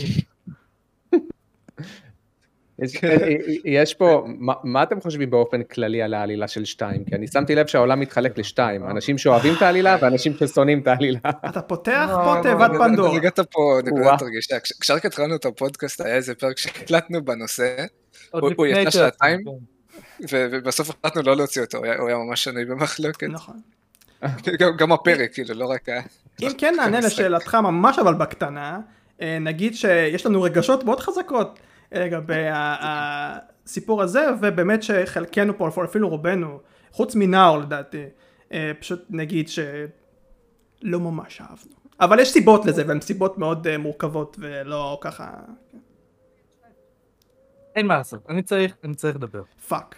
יש פה, מה אתם חושבים באופן כללי על העלילה של 2? כי אני שמתי לב שהעולם מתחלק ל2, אנשים שאוהבים את העלילה ואנשים ששונאים את העלילה. אתה פותח פה תיבת פנדורה. הגעת פה נקודת הרגישה, כשרק התחלנו את הפודקאסט היה איזה פרק שהקלטנו בנושא, הוא יצא 2, ובסוף החלטנו לא להוציא אותו, הוא היה ממש שנוי במחלוקת. נכון. גם הפרק, כאילו, לא רק אם כן נענה לשאלתך ממש אבל בקטנה, נגיד שיש לנו רגשות מאוד חזקות, לגבי הסיפור הזה, ובאמת שחלקנו פה, אפילו רובנו, חוץ מנאור לדעתי, פשוט נגיד שלא ממש אהבנו. אבל יש סיבות לזה, והן סיבות מאוד מורכבות, ולא ככה... אין מה לעשות, אני צריך לדבר. פאק.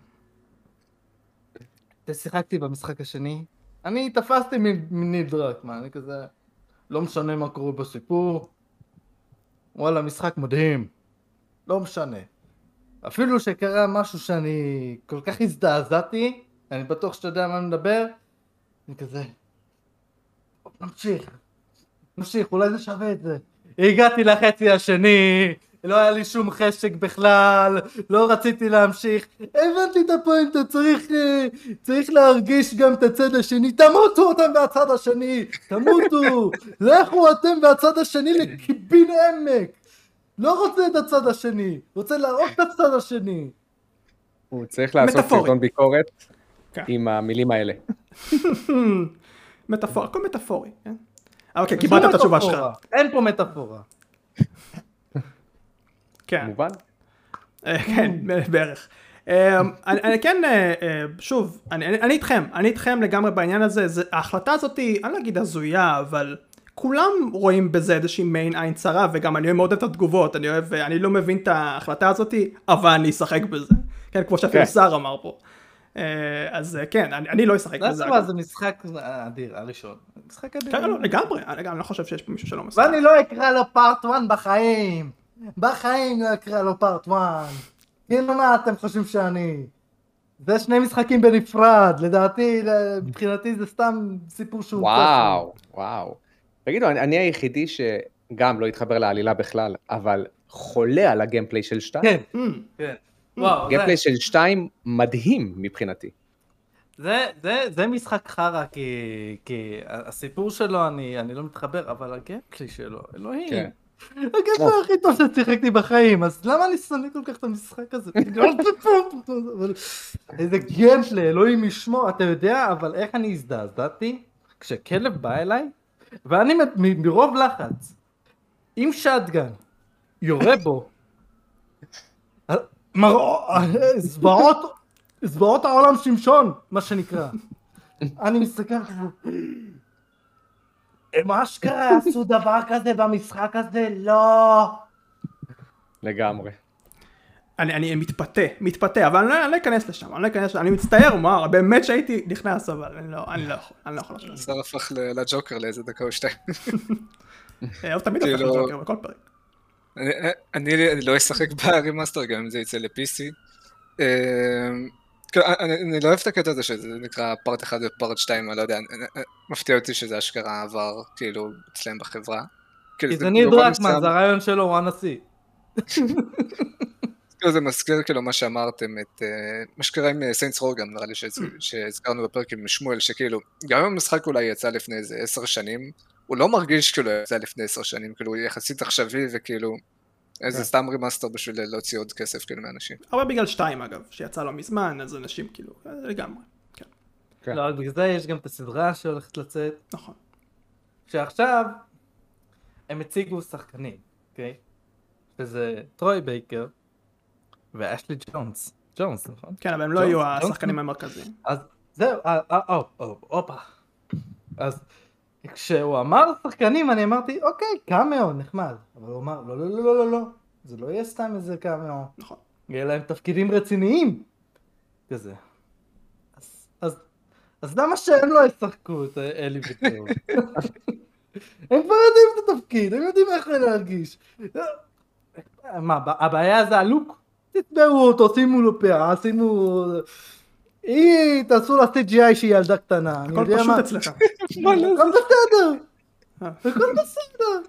שיחקתי במשחק השני, אני תפסתי מניל דרקמן, אני כזה, לא משנה מה קורה בסיפור, וואלה, משחק מדהים. לא משנה. אפילו שקרה משהו שאני כל כך הזדעזעתי, אני בטוח שאתה יודע מה אני מדבר, אני כזה, נמשיך, אולי זה שווה את זה. הגעתי לחצי השני, לא היה לי שום חשק בכלל, לא רציתי להמשיך, הבנתי את הפוינט, צריך להרגיש גם את הצד השני, תמותו אותם מהצד השני, תמותו, לכו אתם מהצד השני לקיבין עמק. לא רוצה את הצד השני, רוצה להראות את הצד השני. הוא צריך לעשות סרטון ביקורת עם המילים האלה. מטאפורה, הכל מטאפורי. אוקיי, קיבלת את התשובה שלך. אין פה מטאפורה. כן. מובן? כן, בערך. אני כן, שוב, אני איתכם לגמרי בעניין הזה, ההחלטה הזאת, אני לא אגיד הזויה, אבל... כולם רואים בזה איזושהי מיין עין צרה, וגם אני מאוד את התגובות, אני לא מבין את ההחלטה הזאת, אבל אני אשחק בזה. כן, כמו שאפילו שר אמר פה. אז כן, אני לא אשחק בזה. זה משחק אדיר, הראשון. משחק אדיר. כן, לא, לגמרי, אני לא חושב שיש פה מישהו שלא משחק. ואני לא אקרא לו פארט 1 בחיים. בחיים לא אקרא לו פארט 1. כאילו מה אתם חושבים שאני... זה שני משחקים בנפרד, לדעתי, מבחינתי זה סתם סיפור שהוא... וואו. תגידו, אני היחידי שגם לא התחבר לעלילה בכלל, אבל חולה על הגיימפליי של 2. כן. גיימפליי של 2 מדהים מבחינתי. זה משחק חרה, כי הסיפור שלו אני לא מתחבר, אבל הגיימפליי שלו, אלוהים. הגיימפליי הכי טוב ששיחקתי בחיים, אז למה אני שונא כל כך את המשחק הזה? איזה גיימפליי, אלוהים ישמור, אתה יודע, אבל איך אני הזדעזעתי? כשכלב בא אליי, ואני מרוב לחץ, עם שטגן, יורה בו, זוועות העולם שמשון, מה שנקרא. אני מסתכל כזה, מה שקרה, עשו דבר כזה במשחק הזה? לא. לגמרי. אני מתפתה, אבל אני לא אכנס לשם, אני מצטער, באמת שהייתי נכנס, אבל אני לא יכול לשם. שר הפך לג'וקר לאיזה דקה או 2. הוא תמיד הפך לג'וקר בכל פרק. אני לא אשחק ברימאסטר, גם אם זה יצא ל-PC. אני לא אוהב את הקטע הזה שזה נקרא פארט 1 ופארט 2, אני לא יודע, מפתיע אותי שזה אשכרה עבר, כאילו, אצלם בחברה. כי זה ניל דרקמן, זה הרעיון שלו, הוא הנשיא. זה מזכיר כאילו מה שאמרתם, מה שקרה עם סיינטס רו גם, נראה לי שהזכרנו בפרק עם שמואל, שכאילו, גם אם המשחק אולי יצא לפני איזה 10 שנים, הוא לא מרגיש כאילו יצא לפני 10 שנים, כאילו הוא יחסית עכשווי וכאילו, איזה סתם רימאסטר בשביל להוציא עוד כסף כאילו מאנשים. הרבה בגלל 2 אגב, שיצא לו מזמן, אז אנשים כאילו, לגמרי. לא, רק בגלל זה יש גם את הסדרה שהולכת לצאת. נכון. שעכשיו הם הציגו שחקנים, אוקיי? שזה טרוי בייקר ואשלי ג'ונס, נכון? כן, אבל הם לא יהיו השחקנים המרכזיים. אז זהו, אופה. אז כשהוא אמר שחקנים, אני אמרתי, אוקיי, קאמאו, נחמד. אבל הוא אמר, לא, זה לא יהיה סתם איזה קאמאו. נכון. יהיה להם תפקידים רציניים. כזה. אז למה שהם לא ישחקו את אלי וטוב? הם כבר יודעים את התפקיד, הם יודעים איך להרגיש. מה, הבעיה זה הלוק? תתבעו אותו, שימו לו פאה, תעשו לה CGI שהיא ילדה קטנה. הכל פשוט אצלך. הכל בסדר.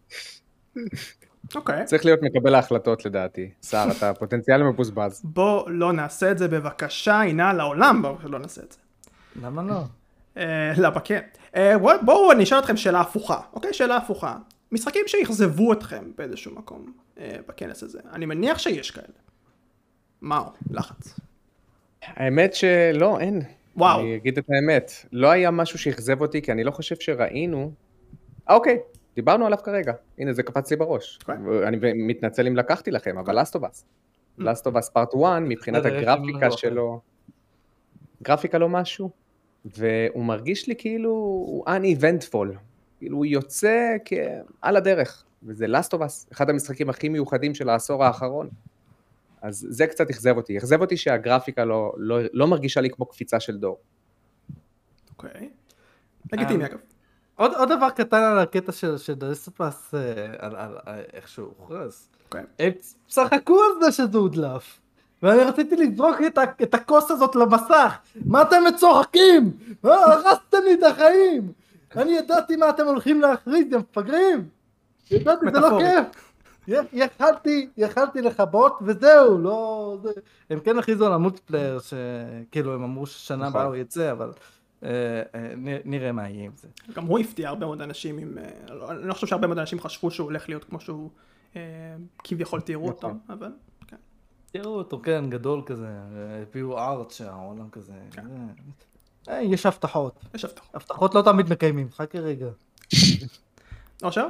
אוקיי. צריך להיות מקבל ההחלטות לדעתי. סער, אתה פוטנציאל מבוזבז. בוא לא נעשה את זה בבקשה, הנה לעולם, בואו לא נעשה את זה. למה לא? למה כן. בואו אני אשאל אתכם שאלה הפוכה, אוקיי? שאלה הפוכה. משחקים שיחזבו אתכם באיזשהו מקום בכנס הזה. אני מניח שיש כאלה. מהו? לחץ. האמת שלא, אין. וואו. אני אגיד את האמת. לא היה משהו שיחזב אותי, כי אני לא חושב שראינו. אוקיי, דיברנו עליו כרגע. הנה, זה קפץ לי בראש. אני מתנצל אם לקחתי לכם, אבל Last of Us. Last of Us Part 1, מבחינת הגרפיקה שלו. גרפיקה לא משהו. והוא מרגיש לי כאילו הוא uneventful. כאילו הוא יוצא על הדרך. וזה Last of Us, אחד המשחקים הכי מיוחדים של העשור האחרון. אז זה קצת יחזב אותי. יחזב אותי שהגרפיקה לא מרגישה לי כמו קפיצה של דור. אוקיי. לגיטימי אגב. עוד דבר קטן על הקטע של Last of Us, על איך שהוא הוכרז. הם צחקו על זה שזה הודלף. ואני רציתי לזרוק את הכוס הזאת למסך. מה אתם מצוחקים? הרסתם לי את החיים. אני ידעתי מה אתם הולכים להכריז, ים מפגרים. ידעתי, זה לא כיף. יכלתי לחבות וזהו, לא... הם כן הכריזו על המולטיפלייר, שכאילו הם אמרו ששנה הבאה הוא יצא, אבל נראה מה יהיה עם זה. גם הוא הפתיע הרבה מאוד אנשים עם... אני לא חושב שהרבה מאוד אנשים חשבו שהוא הולך להיות כמו שהוא כביכול תראו אותו, אבל... תראו אותו, כן, גדול כזה, הביאו ארט שהעולם כזה. יש הבטחות. יש הבטחות. הבטחות לא תמיד מקיימים, חכה רגע. אושר?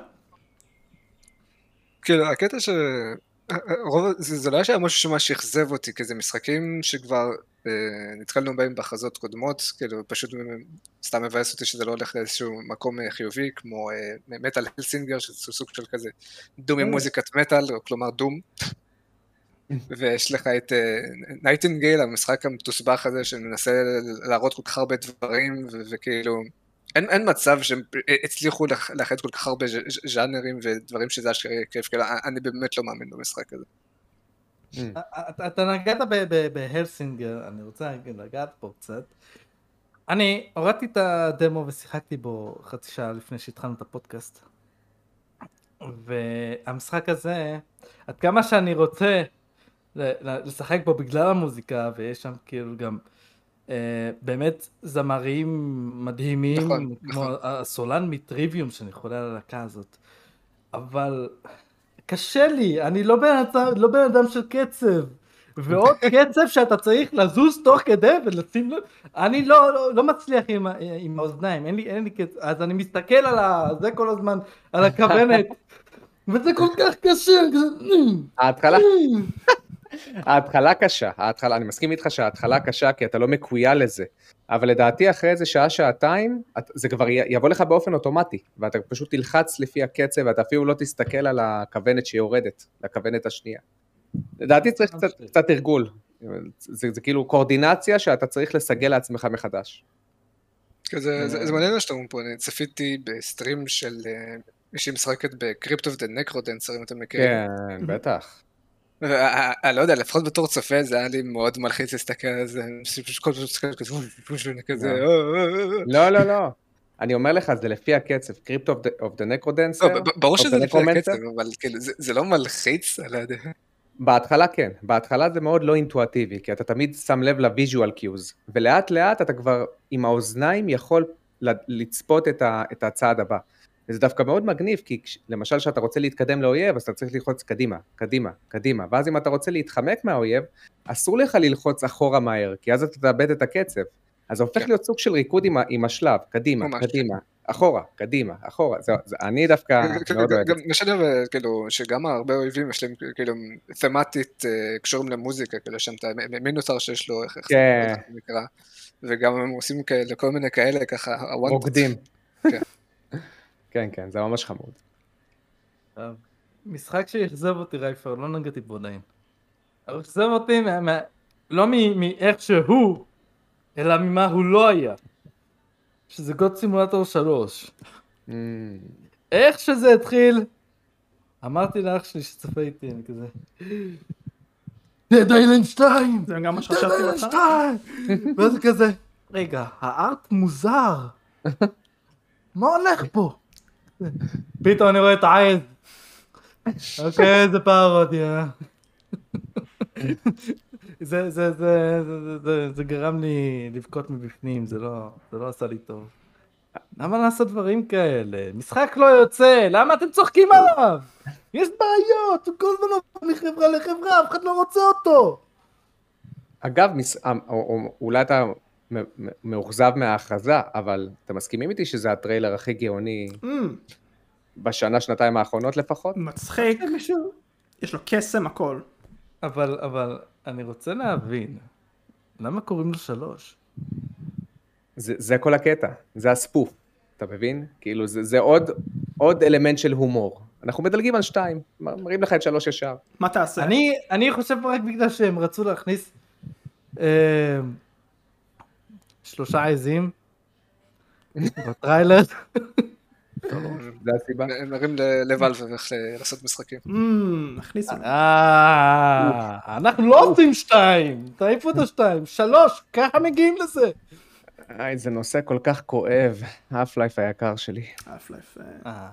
כאילו, הקטע זה לא היה משהו שממש יחזב אותי, כי זה משחקים שכבר נתקלנו בהם בהכרזות קודמות, כאילו פשוט סתם מבאס אותי שזה לא הולך לאיזשהו מקום חיובי, כמו מטל הלסינגר, שזה סוג של כזה דום עם מוזיקת מטל, כלומר דום. ויש לך את נייטינגייל, המשחק המתוסבך הזה, שמנסה להראות כל כך הרבה דברים, וכאילו, אין מצב שהם הצליחו לאחד כל כך הרבה ז'אנרים ודברים שזה אשכרה כיף, כאילו, אני באמת לא מאמין במשחק הזה. אתה נגעת בהלסינגר, אני רוצה לגעת פה קצת. אני הורדתי את הדמו ושיחקתי בו חצי שעה לפני שהתחלנו את הפודקאסט. והמשחק הזה, עד כמה שאני רוצה לשחק בו בגלל המוזיקה, ויש שם כאילו גם באמת זמרים מדהימים, כמו הסולן מטריוויום שאני חולה על הלהקה הזאת. אבל קשה לי, אני לא בן אדם של קצב, ועוד קצב שאתה צריך לזוז תוך כדי ולשים לב, אני לא מצליח עם האוזניים, אין לי קצב, אז אני מסתכל על זה כל הזמן, על הכוונת, וזה כל כך קשה. ההתחלה קשה, אני מסכים איתך שההתחלה קשה כי אתה לא מקויה לזה, אבל לדעתי אחרי איזה שעה, שעתיים, זה כבר יבוא לך באופן אוטומטי, ואתה פשוט תלחץ לפי הקצב, ואתה אפילו לא תסתכל על הכוונת שיורדת, לכוונת השנייה. לדעתי צריך קצת תרגול, זה כאילו קורדינציה שאתה צריך לסגל לעצמך מחדש. זה מעניין שאתה אומר פה, אני צפיתי בסטרים של מישהי משחקת בקריפט אוף דה נקרודנסר, אם אתם מכירים. כן, בטח. אני לא יודע, לפחות בתור צופה זה היה לי מאוד מלחיץ להסתכל על זה, כל פעם כזה, לא, אני אומר לך, זה לפי הקצב, קריפט אוף דה נקרודנסר. ברור שזה לפי הקצב, אבל זה לא מלחיץ, אני לא יודע. בהתחלה כן, בהתחלה זה מאוד לא אינטואטיבי, כי אתה תמיד שם לב לוויז'ואל קיוז, ולאט לאט אתה כבר עם האוזניים יכול לצפות את הצעד הבא. וזה דווקא מאוד מגניב, כי למשל שאתה רוצה להתקדם לאויב, אז אתה צריך ללחוץ קדימה, ואז אם אתה רוצה להתחמק מהאויב, אסור לך ללחוץ אחורה מהר, כי אז אתה תאבד את הקצב. אז זה הופך להיות סוג של ריקוד עם השלב, קדימה, קדימה, אחורה, קדימה, אחורה, אני דווקא מאוד אוהב. גם משנה כאילו שגם הרבה אויבים יש להם כאילו תמטית קשורים למוזיקה, כאילו שם את המינוסר שיש לו, איך זה נקרא, וגם הם עושים לכל מיני כאלה ככה, רוקדים. כן, כן, זה ממש חמוד. משחק שיחזב אותי רייפר, לא נגעתי בו עדיין. אבל יחזב אותי לא מאיך שהוא, אלא ממה הוא לא היה. שזה גוד סימולטור 3. איך שזה התחיל, אמרתי לאח שלי שצפה איתי, אני כזה, Dead Island 2! זה גם מה שחשבתי לך? ואז כזה, רגע, הארט מוזר. מה הולך פה? פתאום אני רואה את העז. אוקיי, זה פרודיה. זה גרם לי לבכות מבפנים, זה לא עשה לי טוב. למה לעשות דברים כאלה? משחק לא יוצא, למה אתם צוחקים עליו? יש בעיות, הוא כל הזמן עובר מחברה לחברה, אף אחד לא רוצה אותו. אגב, אולי אתה מאוכזב מההכרזה, אבל אתם מסכימים איתי שזה הטריילר הכי גאוני בשנה, שנתיים האחרונות לפחות? מצחיק, יש לו קסם הכל. אבל אני רוצה להבין, למה קוראים לו 3? זה כל הקטע, זה הספוף, אתה מבין? כאילו זה עוד אלמנט של הומור. אנחנו מדלגים על 2, מראים לך את 3 ישר. מה תעשה? אני חושב רק בגלל שהם רצו להכניס 3 עזים בטריילר. זה הסיבה. נרים לוואלב ואיך לעשות משחקים. נכניסו. אנחנו לא עושים 2, תעיפו את 2, 3, ככה מגיעים לזה. זה נושא כל כך כואב, Half-Life היקר שלי. Half-Life.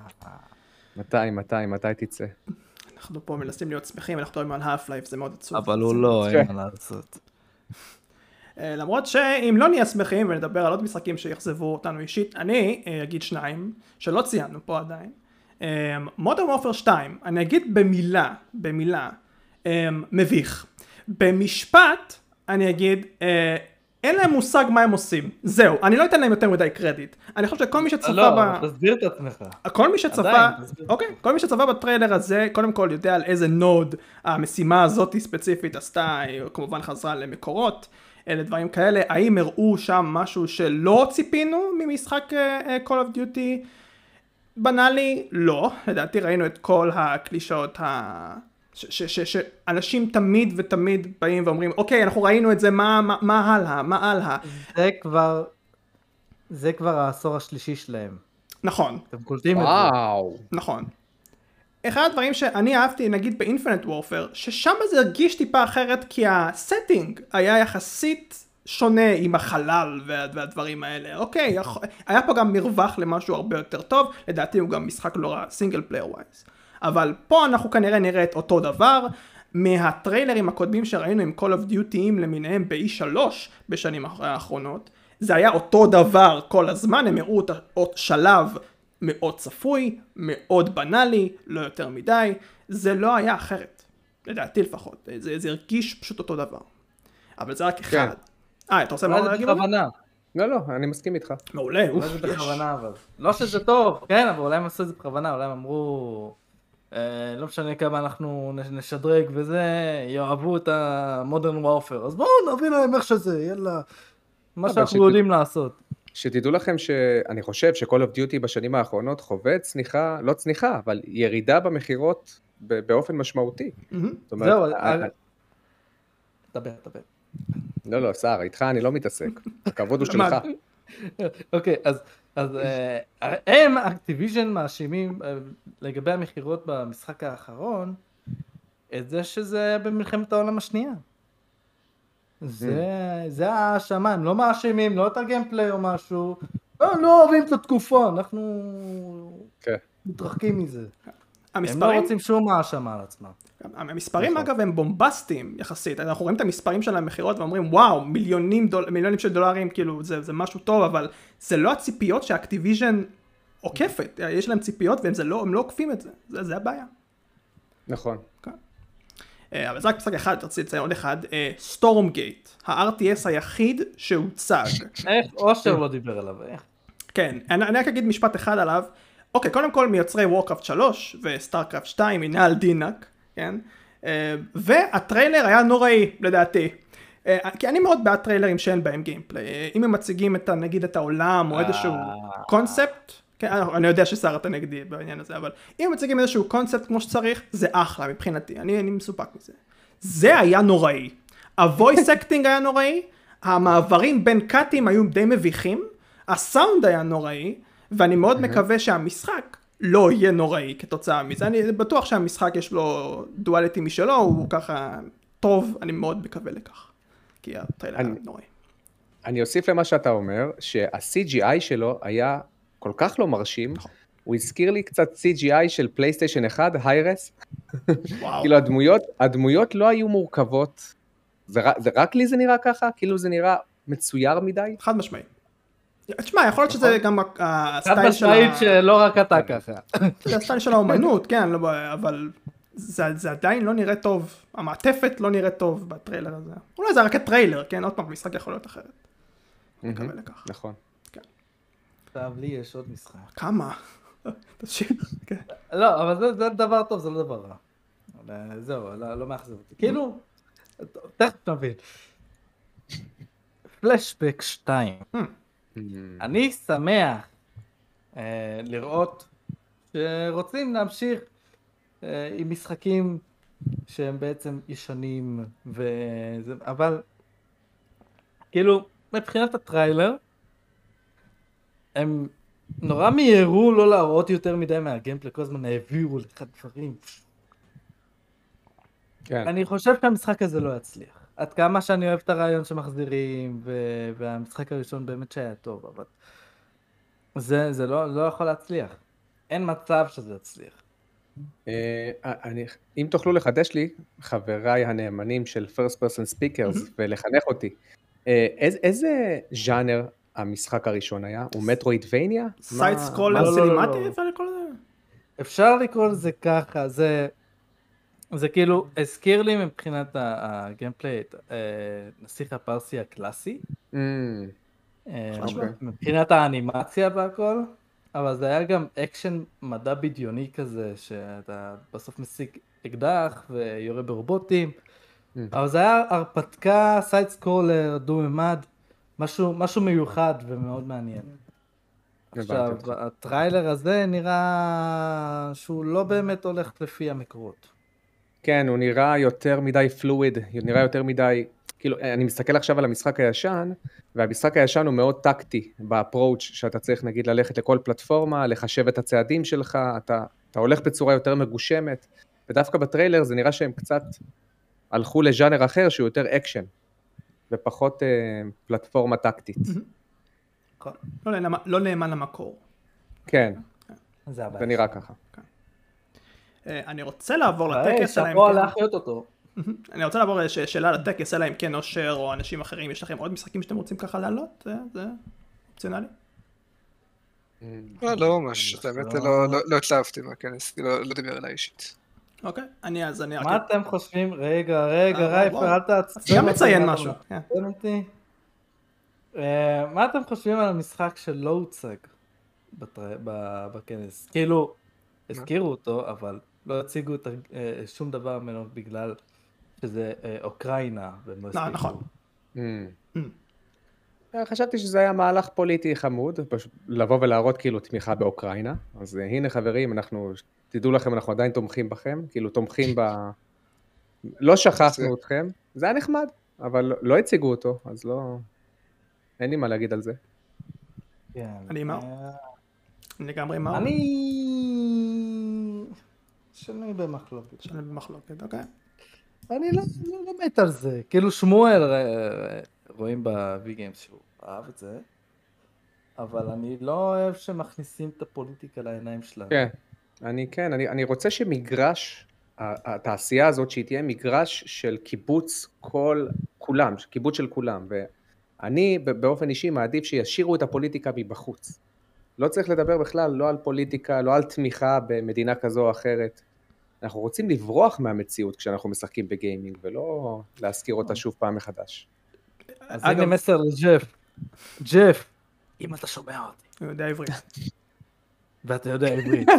מתי תצא? אנחנו פה מנסים להיות שמחים, אנחנו מדברים על Half-Life, זה מאוד עצוב. אבל הוא לא, אין מה לעשות. למרות שאם לא נהיה שמחים ונדבר על עוד משחקים שיחזבו אותנו אישית, אני אגיד 2 שלא ציינו פה עדיין. Modern Warfare 2, אני אגיד במילה, מביך. במשפט אני אגיד, אין להם מושג מה הם עושים. זהו, אני לא אתן להם יותר מדי קרדיט. אני חושב שכל מי שצפה לא, תסביר את עצמך. כל מי שצפה בטריילר הזה, קודם כל יודע על איזה נוד המשימה הזאת ספציפית עשתה, היא כמובן חזרה למקורות. אלה דברים כאלה, האם הראו שם משהו שלא ציפינו ממשחק Call of Duty בנאלי? לא, לדעתי ראינו את כל הקלישאות שאנשים תמיד ותמיד באים ואומרים, אוקיי, אנחנו ראינו את זה, מה הלאה? זה כבר העשור השלישי שלהם. נכון. אתם קולטים את זה. נכון. אחד הדברים שאני אהבתי, נגיד באינפינט וורפר, ששם זה הרגיש טיפה אחרת, כי הסטינג היה יחסית שונה עם החלל והדברים האלה. אוקיי, היה פה גם מרווח למשהו הרבה יותר טוב, לדעתי הוא גם משחק לא רע, סינגל פלייר ווייז. אבל פה אנחנו כנראה נראה את אותו דבר, מהטריילרים הקודמים שראינו עם Call of Duty'ים למיניהם ב-E3 בשנים האחרונות, זה היה אותו דבר כל הזמן, הם הראו את שלב מאוד צפוי, מאוד בנאלי, לא יותר מדי, זה לא היה אחרת, לדעתי לפחות, זה הרגיש פשוט אותו דבר, אבל זה רק אחד. אתה רוצה מה להגיד? לא, אני מסכים איתך. מעולה, אולי זה בכוונה, אבל לא שזה טוב, כן, אבל אולי הם עשו את זה בכוונה, אולי הם אמרו, לא משנה כמה אנחנו נשדרג וזה, יאהבו את ה-Modern Warfare, אז בואו נביא להם איך שזה, יאללה, מה שאנחנו יודעים לעשות. שתדעו לכם שאני חושב ש-Call of Duty בשנים האחרונות חווה צניחה, לא צניחה, אבל ירידה במחירות באופן משמעותי. זהו, דבר. לא, סער, איתך אני לא מתעסק, הכבוד הוא שלך. אוקיי, אז הם, אקטיביז'ן מאשימים לגבי המחירות במשחק האחרון, את זה שזה במלחמת העולם השנייה. זה האשמה, הם לא מאשימים, לא את הגיימפליי או משהו, לא אוהבים את התקופה, אנחנו מתרחקים מזה. הם לא רוצים שום האשמה על עצמם. המספרים אגב הם בומבסטיים יחסית, אנחנו רואים את המספרים של המחירות ואומרים וואו, מיליונים של דולרים, כאילו זה משהו טוב, אבל זה לא הציפיות שהאקטיביז'ן עוקפת, יש להם ציפיות והם לא עוקפים את זה, זה הבעיה. נכון. אבל זה רק משחק אחד, תרצי לציין עוד אחד, סטורמגייט, ה-RTS היחיד שהוצג. איך אושר לא דיבר עליו, איך? כן, אני רק אגיד משפט אחד עליו. אוקיי, קודם כל מיוצרי וורקראפט 3 וסטארקראפט 2, הנה על דינק, כן? והטריילר היה נוראי, לדעתי. כי אני מאוד בעד טריילרים שאין בהם גיימפליי. אם הם מציגים נגיד את העולם או איזשהו קונספט, כן, אני יודע ששר אתה נגדי בעניין הזה, אבל אם מציגים איזשהו קונספט כמו שצריך, זה אחלה מבחינתי, אני מסופק מזה. זה היה נוראי. הוויס אקטינג היה נוראי, המעברים בין קאטים היו די מביכים, הסאונד היה נוראי, ואני מאוד מקווה שהמשחק לא יהיה נוראי כתוצאה מזה. אני בטוח שהמשחק יש לו דואליטי משלו, הוא ככה טוב, אני מאוד מקווה לכך. כי הטריילר היה נוראי. אני אוסיף למה שאתה אומר, שה-CGI שלו היה כל כך לא מרשים, הוא הזכיר לי קצת CGI של פלייסטיישן 1, היירס. כאילו הדמויות לא היו מורכבות, רק לי זה נראה ככה? כאילו זה נראה מצויר מדי? חד משמעי. תשמע, יכול להיות שזה גם הסטייל של... חד משמעית שלא רק אתה ככה. זה הסטייל של האומנות, כן, אבל זה עדיין לא נראה טוב. המעטפת לא נראית טוב בטריילר הזה. אולי זה רק הטריילר, כן? עוד פעם, המשחק יכול להיות אחרת. אני מקווה לכך. נכון. עכשיו לי יש עוד משחק. כמה? תשאיר, כן. לא, אבל זה דבר טוב, זה לא דבר רע. זהו, לא מאכזב אותי. כאילו, תכף נבין. פלשבק 2. אני שמח לראות שרוצים להמשיך עם משחקים שהם בעצם ישנים, אבל כאילו, מבחינת הטריילר, הם נורא מהירו לא להראות יותר מדי מהגיימפלי, כל הזמן העבירו לך דברים. כן. אני חושב שהמשחק הזה לא יצליח. עד כמה שאני אוהב את הרעיון שמחזירים, והמשחק הראשון באמת שהיה טוב, אבל זה לא יכול להצליח. אין מצב שזה יצליך. אם תוכלו לחדש לי, חבריי הנאמנים של First Person Speakers, ולחנך אותי, איזה ז'אנר המשחק הראשון היה? הוא מטרואידבניה? סייד סקרולר סינימטי? אפשר לקרוא לזה? אפשר לקרוא לזה ככה, זה כאילו הזכיר לי מבחינת הגיימפליי את נסיך הפרסי הקלאסי, מבחינת האנימציה והכל, אבל זה היה גם אקשן מדע בדיוני כזה, שאתה בסוף משיג אקדח ויורה ברובוטים, אבל זה היה הרפתקה, סייד סקרולר, דו-ממד, משהו מיוחד ומאוד מעניין. עכשיו, הטריילר הזה נראה שהוא לא באמת הולך לפי המקורות. כן, הוא נראה יותר מדי פלואיד, נראה יותר מדי, כאילו, אני מסתכל עכשיו על המשחק הישן, והמשחק הישן הוא מאוד טקטי באפרוץ' שאתה צריך נגיד ללכת לכל פלטפורמה, לחשב את הצעדים שלך, אתה הולך בצורה יותר מגושמת, ודווקא בטריילר זה נראה שהם קצת הלכו לז'אנר אחר שהוא יותר אקשן, ופחות פלטפורמה טקטית. לא נאמן למקור. כן, זה נראה ככה. אני רוצה לעבור לטקס, אני רוצה לעבור לשאלה לטקס, אלא אם כן אושר או אנשים אחרים, יש לכם עוד משחקים שאתם רוצים ככה לעלות? זה אופציונלי? לא ממש, באמת לא התלהבתי מהכנס, לא דיבר אליי אישית. אוקיי, מה אתם חושבים? רגע, רייפר, אל תעצבן. גם מציין משהו. מה אתם חושבים על המשחק שלא הוצג בכנס? כאילו, הזכירו אותו, אבל לא הציגו שום דבר ממנו בגלל שזה אוקראינה. נכון. חשבתי שזה היה מהלך פוליטי חמוד, לבוא ולהראות כאילו תמיכה באוקראינה, אז הנה חברים, תדעו לכם, אנחנו עדיין תומכים בכם, כאילו תומכים לא שכחנו אתכם, זה היה נחמד, אבל לא הציגו אותו, אז לא, אין לי מה להגיד על זה. אני אמר? אני לגמרי אמר? שנוי במחלוקת. אוקיי. אני לא מת על זה, כאילו שמואל רואים ב-V-Games שהוא אהב את זה, אבל אני לא אוהב שמכניסים את הפוליטיקה לעיניים שלנו. כן, אני רוצה שמגרש, התעשייה הזאת שהיא תהיה מגרש של קיבוץ כולם, קיבוץ של כולם, ואני באופן אישי מעדיף שישירו את הפוליטיקה מבחוץ. לא צריך לדבר בכלל, לא על פוליטיקה, לא על תמיכה במדינה כזו או אחרת. אנחנו רוצים לברוח מהמציאות כשאנחנו משחקים בגיימינג, ולא להזכיר אותה שוב פעם מחדש. אז הנה מסר לג'ף. ג'ף, אם אתה שומע אותי. הוא יודע עברית. ואתה יודע עברית.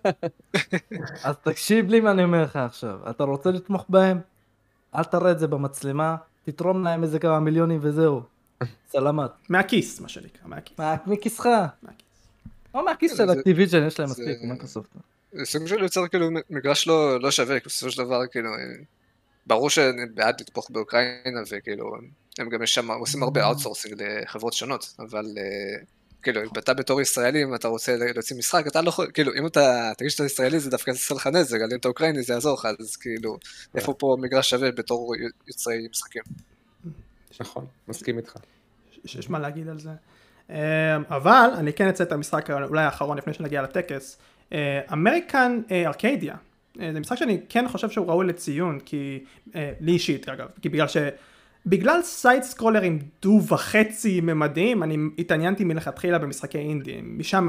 אז תקשיב לי מה אני אומר לך עכשיו. אתה רוצה לתמוך בהם? אל תראה את זה במצלמה, תתרום להם איזה כמה מיליונים וזהו. סלמת. מהכיס, מה שנקרא, מהכיס. מכיסך. או מהכיס של אקטיביז'ן, יש להם מספיק, מייקרוסופט. זה סוג של יוצר כאילו מגרש לא שווה, בסופו של דבר כאילו, ברור שאני בעד לתפוך באוקראינה, וכאילו, הם גם יש שם, עושים הרבה אאוטסורסינג לחברות שונות, אבל כאילו, אתה בתור ישראלי, אם אתה רוצה להוציא משחק, אתה לא יכול, כאילו, אם אתה תגיד שאתה ישראלי, זה דווקא יעשה לך נזק, אבל אם אתה אוקראיני, זה יעזור לך, אז כאילו, איפה פה מגרש שווה בתור יוצרי משחקים? נכון, מסכים איתך. שיש מה להגיד על זה. אבל אני כן אצא את המשחק אולי האחרון לפני שנגיע לטקס. אמריקן ארקיידיה. זה משחק שאני כן חושב שהוא ראוי לציון, כי לי אישית אגב, כי בגלל סייד סקרולרים דו-וחצי ממדים, אני התעניינתי מלכתחילה במשחקי אינדי. משם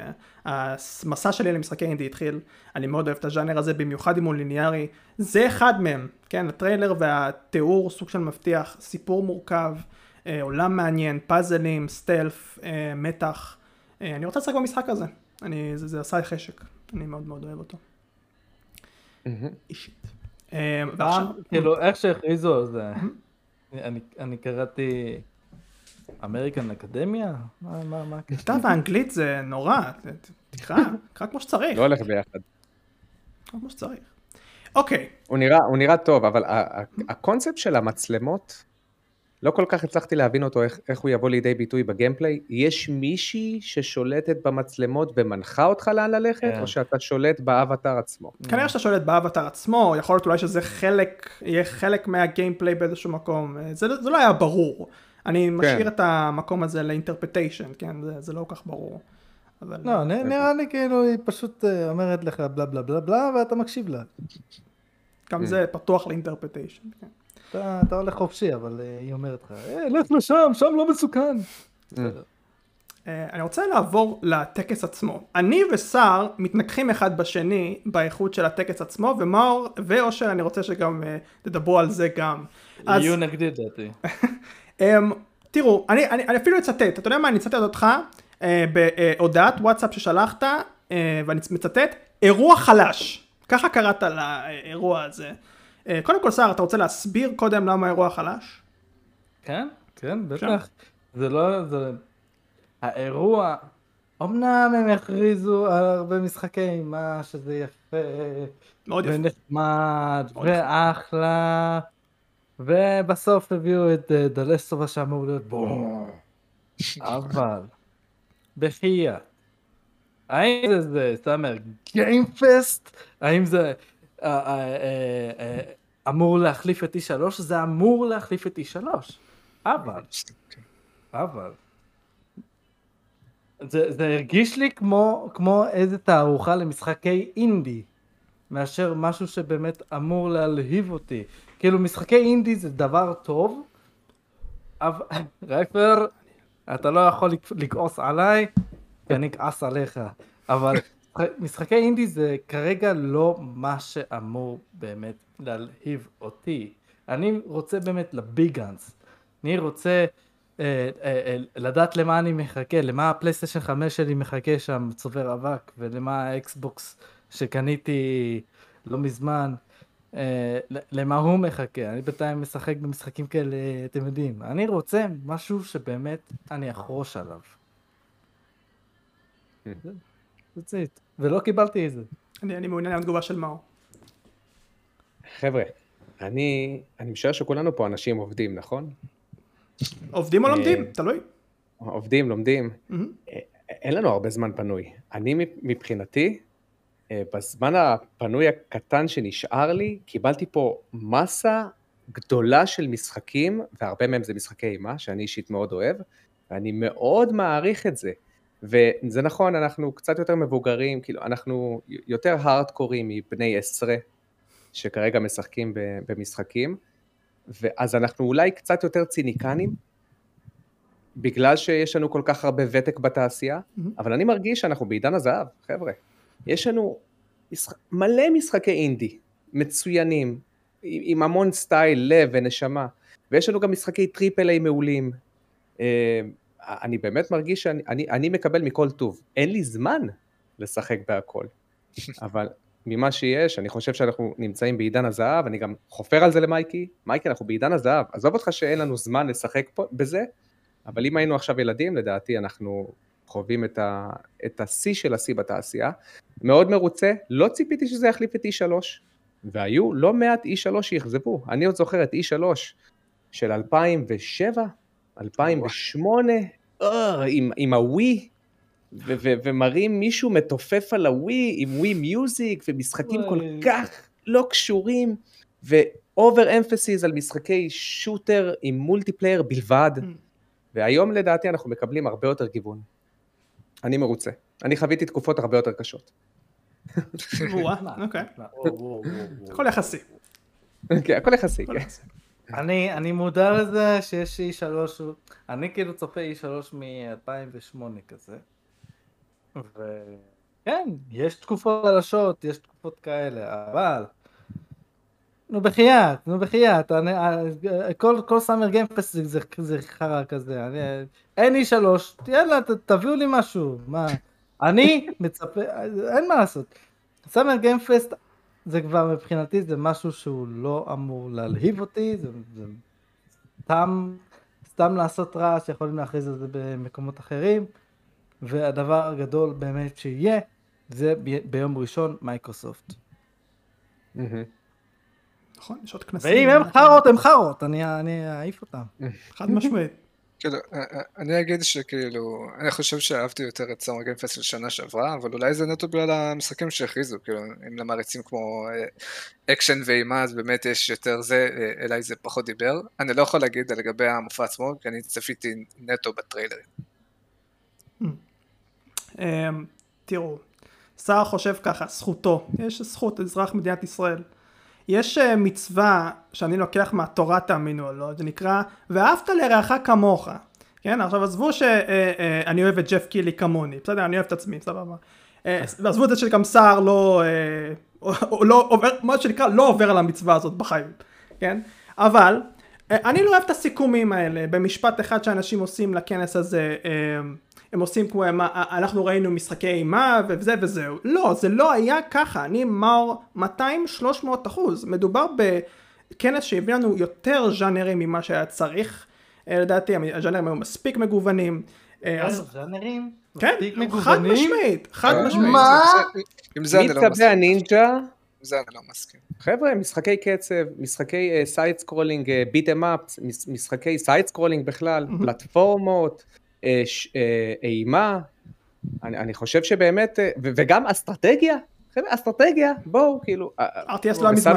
המסע שלי למשחקי אינדי התחיל. אני מאוד אוהב את הז'אנר הזה, במיוחד אם הוא ליניארי. זה אחד מהם, כן, הטריילר והתיאור, סוג של מבטיח, סיפור מורכב, עולם מעניין, פאזלים, סטלף, מתח. אני רוצה לשחק במשחק הזה. זה עשה לי חשק. אני מאוד מאוד אוהב אותו. אישית. כאילו, איך שהכריזו על זה, אני קראתי אמריקן אקדמיה? מה? כתב האנגלית זה נורא, תקרא כמו שצריך. לא הולך ביחד. כמו שצריך. אוקיי. הוא נראה טוב, אבל הקונספט של המצלמות, לא כל כך הצלחתי להבין אותו, איך הוא יבוא לידי ביטוי בגיימפליי. יש מישהי ששולטת במצלמות ומנחה אותך לאן ללכת, או שאתה שולט באבטר עצמו? כנראה שאתה שולט באבטר עצמו, יכול להיות אולי שזה יהיה חלק מהגיימפליי באיזשהו מקום. זה לא היה ברור. אני משאיר את המקום הזה לאינטרפטיישן, כן? זה לא כל כך ברור. לא, נראה לי כאילו היא פשוט אומרת לך בלה בלה בלה בלה, ואתה מקשיב לה. גם זה פתוח לאינטרפטיישן, כן. אתה הולך חופשי, אבל היא אומרת לך, לך לשם, שם לא מסוכן. אני רוצה לעבור לטקס עצמו. אני ושר מתנגחים אחד בשני באיכות של הטקס עצמו, ומאור ואושר, אני רוצה שגם תדברו על זה גם. יהיו נגדי דעתי. תראו, אני אפילו אצטט, אתה יודע מה, אני אצטט אותך בהודעת וואטסאפ ששלחת, ואני מצטט, אירוע חלש. ככה קראת לאירוע הזה. קודם כל, שר, אתה רוצה להסביר קודם למה האירוע חלש? כן, בטח. זה לא, האירוע, אמנם הם הכריזו על הרבה משחקי אימה, שזה יפה, ונחמד, ואחלה, ובסוף הביאו את דלסטובה שאמור להיות בום. אבל, בחיה, האם זה סאמר גיימפסט? האם זה אמור להחליף את E3? זה אמור להחליף את E3. אבל זה הרגיש לי כמו איזה תערוכה למשחקי אינדי, מאשר משהו שבאמת אמור להלהיב אותי. כאילו משחקי אינדי זה דבר טוב, אבל רייפר, אתה לא יכול לכעוס עליי, כי אני אכעס עליך. אבל משחקי אינדי זה כרגע לא מה שאמור באמת להלהיב אותי. אני רוצה באמת לביגאנס. אני רוצה לדעת למה אני מחכה, למה הפלייסטיישן 5 שלי מחכה שם צובר אבק, ולמה האקסבוקס שקניתי לא מזמן, למה הוא מחכה. אני בינתיים משחק במשחקים כאלה, אתם יודעים. אני רוצה משהו שבאמת אני אחרוש עליו. That's it. ולא קיבלתי את זה. אני מעוניין לתגובה של מאור. חבר'ה, אני משער שכולנו פה אנשים עובדים, נכון? עובדים או לומדים? תלוי. עובדים, לומדים. אין לנו הרבה זמן פנוי. אני מבחינתי, בזמן הפנוי הקטן שנשאר לי, קיבלתי פה מסה גדולה של משחקים, והרבה מהם זה משחקי אימה, שאני אישית מאוד אוהב, ואני מאוד מעריך את זה. וזה נכון, אנחנו קצת יותר מבוגרים, כאילו אנחנו יותר הארדקורים מבני 10, שכרגע משחקים במשחקים, ואז אנחנו אולי קצת יותר ציניקנים, בגלל שיש לנו כל כך הרבה ותק בתעשייה, אבל אני מרגיש שאנחנו בעידן הזהב, חבר'ה. יש לנו מלא משחקי אינדי, מצוינים, עם המון סטייל, לב ונשמה, ויש לנו גם משחקי טריפל איי מעולים. אני באמת מרגיש שאני מקבל מכל טוב. אין לי זמן לשחק בהכל, אבל ממה שיש, אני חושב שאנחנו נמצאים בעידן הזהב, אני גם חופר על זה למייקי, מייקי, אנחנו בעידן הזהב, עזוב אותך שאין לנו זמן לשחק פה בזה, אבל אם היינו עכשיו ילדים, לדעתי אנחנו חווים את ה-C של ה-C בתעשייה, מאוד מרוצה, לא ציפיתי שזה יחליף את E3, והיו לא מעט E3 שיחזבו, אני עוד זוכר את E3 של 2007, 2008, עם הווי, ומראים מישהו מתופף על הווי, עם ווי מיוזיק, ומשחקים כל כך לא קשורים, ואובר אמפסיס על משחקי שוטר עם מולטיפלייר בלבד, והיום לדעתי אנחנו מקבלים הרבה יותר גיוון. אני מרוצה. אני חוויתי תקופות הרבה יותר קשות. אוקיי. הכל יחסי. כן, הכל יחסי, כן. אני מודע לזה שיש E3, אני כאילו צופה E3 מ-2008 כזה, וכן, יש תקופות חלשות, יש תקופות כאלה, אבל נו בחייאת, כל סאמר גיימפס זה חרא כזה, אין E3, יאללה תביאו לי משהו, מה, אני מצפה, אין מה לעשות, סאמר גיימפס זה כבר מבחינתי זה משהו שהוא לא אמור להלהיב אותי, זה סתם לעשות רעש שיכולים להכריז על זה במקומות אחרים, והדבר הגדול באמת שיהיה, זה ביום ראשון מייקרוסופט. נכון, יש עוד כנסים. ואם הם חרות, הם חרות, אני אעיף אותם. חד משמעית. כאילו, אני אגיד שכאילו, אני חושב שאהבתי יותר את סאמר גיימפס של שנה שעברה, אבל אולי זה נטו בגלל המשחקים שהכריזו, כאילו, אם למעריצים כמו אקשן ואימה, אז באמת יש יותר זה, אליי זה פחות דיבר. אני לא יכול להגיד לגבי המופע עצמו, כי אני צפיתי נטו בטריילרים. תראו, שר חושב ככה, זכותו, יש זכות אזרח מדינת ישראל. יש מצווה שאני לוקח מהתורה, תאמינו או לא, זה נקרא ואהבת לרעך כמוך, כן? עכשיו עזבו שאני אוהב את ג'ף קילי כמוני, בסדר? אני אוהב את עצמי, סבבה. ועזבו את זה שגם שר לא עובר, מה שנקרא, לא עובר על המצווה הזאת בחיים, כן? אבל אני לא אוהב את הסיכומים האלה, במשפט אחד שאנשים עושים לכנס הזה, הם עושים כמו, אנחנו ראינו משחקי אימה וזה וזהו. לא, זה לא היה ככה. אני אמר 200-300%. מדובר בכנס שהביא לנו יותר ז'אנרים ממה שהיה צריך. לדעתי, הז'אנרים היו מספיק מגוונים. ז'אנרים? כן, חד משמעית. חד משמעית. מה? עם זה אני לא מסכים. מצבי הנינג'ה. עם זה אני לא מסכים. חבר'ה, משחקי קצב, משחקי סייד סקרולינג, ביט אמ אפ, משחקי סייד סקרולינג בכלל, פלטפורמות, אימה, אני חושב שבאמת, וגם אסטרטגיה, חבר'ה, אסטרטגיה, בואו, כאילו, RTS לא מזמן.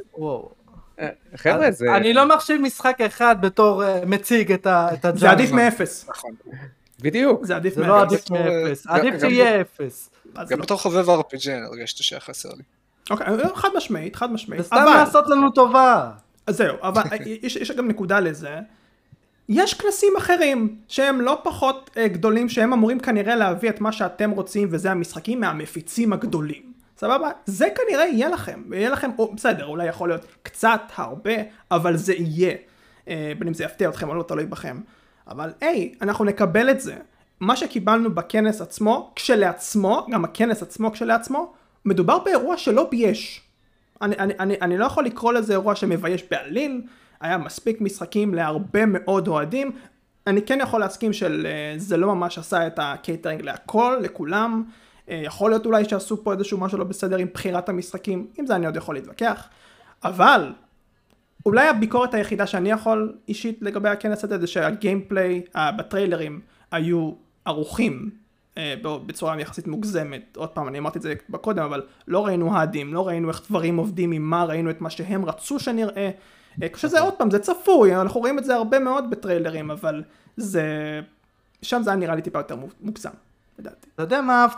חבר'ה, זה... אני לא מחשיב משחק אחד בתור מציג את הג'אנר. זה עדיף מאפס. נכון. בדיוק. זה עדיף זה לא עדיף מאפס, עדיף שיהיה אפס. גם בתור חובב RPG אני הרגשתי שהיה חסר לי. אוקיי, חד משמעית, חד משמעית. זה סתם לעשות לנו טובה. אז זהו, אבל יש גם נקודה לזה. יש כנסים אחרים שהם לא פחות גדולים, שהם אמורים כנראה להביא את מה שאתם רוצים, וזה המשחקים מהמפיצים הגדולים. סבבה? זה כנראה יהיה לכם, ויהיה לכם, בסדר, אולי יכול להיות קצת, הרבה, אבל זה יהיה. בין אם זה יפתיע אתכם או לא, תלוי בכם. אבל היי, אנחנו נקבל את זה. מה שקיבלנו בכנס עצמו, כשלעצמו, גם הכנס עצמו כשלעצמו, מדובר באירוע שלא בייש. אני לא יכול לקרוא לזה אירוע שמבייש בעליל, היה מספיק משחקים להרבה מאוד אוהדים, אני כן יכול להסכים שזה לא ממש עשה את הקייטרינג להכל, לכולם, יכול להיות אולי שעשו פה איזשהו משהו לא בסדר עם בחירת המשחקים, עם זה אני עוד יכול להתווכח, אבל אולי הביקורת היחידה שאני יכול אישית לגבי הכנס הזה, זה שהגיימפליי בטריילרים היו ערוכים בצורה יחסית מוגזמת. עוד פעם, אני אמרתי את זה בקודם, אבל לא ראינו הדים, לא ראינו איך דברים עובדים עם מה, ראינו את מה שהם רצו שנראה, כשזה עוד פעם, זה צפוי, אנחנו רואים את זה הרבה מאוד בטריילרים, אבל זה, שם זה היה נראה לי טיפה יותר מוגזם, לדעתי. אתה יודע מה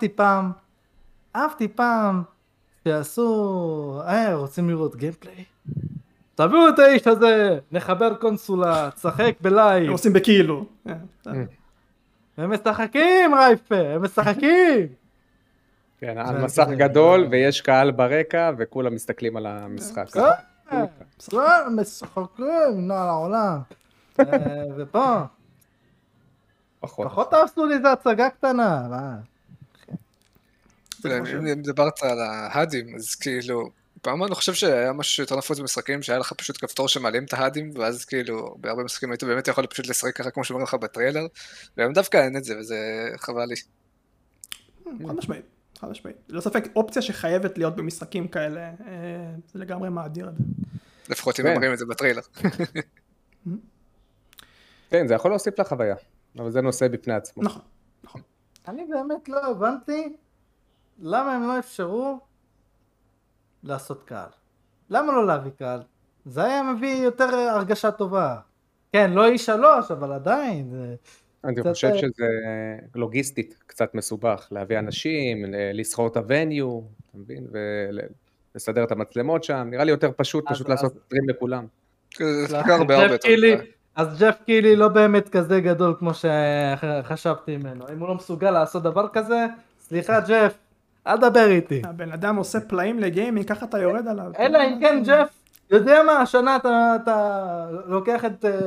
אהבתי פעם שעשו, רוצים לראות גיימפליי? תביאו את האיש הזה, נחבר קונסולה, צחק בלייב. הם עושים בכאילו. הם משחקים רייפה, הם משחקים. כן, על מסך גדול, ויש קהל ברקע, וכולם מסתכלים על המשחק. משחקים, נע לעולם. ופה, פחות תעשו לי איזה הצגה קטנה. אם דיברת על ההאדים, אז כאילו, פעם אני חושב שהיה משהו יותר נפוץ במשחקים, שהיה לך פשוט כפתור שמעלים את ההאדים, ואז כאילו, בהרבה משחקים היית באמת יכול פשוט לשחק ככה כמו שאומרים לך בטריילר, והיום דווקא אין את זה, וזה חבל לי. חד משמעית, חד משמעית. לא ספק, אופציה שחייבת להיות במשחקים כאלה, זה לגמרי מאדיר את זה. לפחות אם אומרים את זה בטריילר. כן, זה יכול להוסיף לחוויה, אבל זה נושא בפני עצמו. נכון, נכון. אני באמת לא הבנתי למה הם לא אפשרו לעשות קהל. למה לא להביא קהל? זה היה מביא יותר הרגשה טובה. כן, לא E3, אבל עדיין. אני חושב שזה לוגיסטית קצת מסובך, להביא אנשים, לסחור את הווניו, אתה מבין? ולסדר את המצלמות שם, נראה לי יותר פשוט לעשות טרים לכולם. אז ג'ף קילי לא באמת כזה גדול כמו שחשבתי ממנו. אם הוא לא מסוגל לעשות דבר כזה, סליחה ג'ף, אל דבר איתי. הבן אדם עושה פלאים לגיימינג, ככה אתה יורד עליו. אלא אם כן ג'ף, יודע מה, השנה אתה לוקח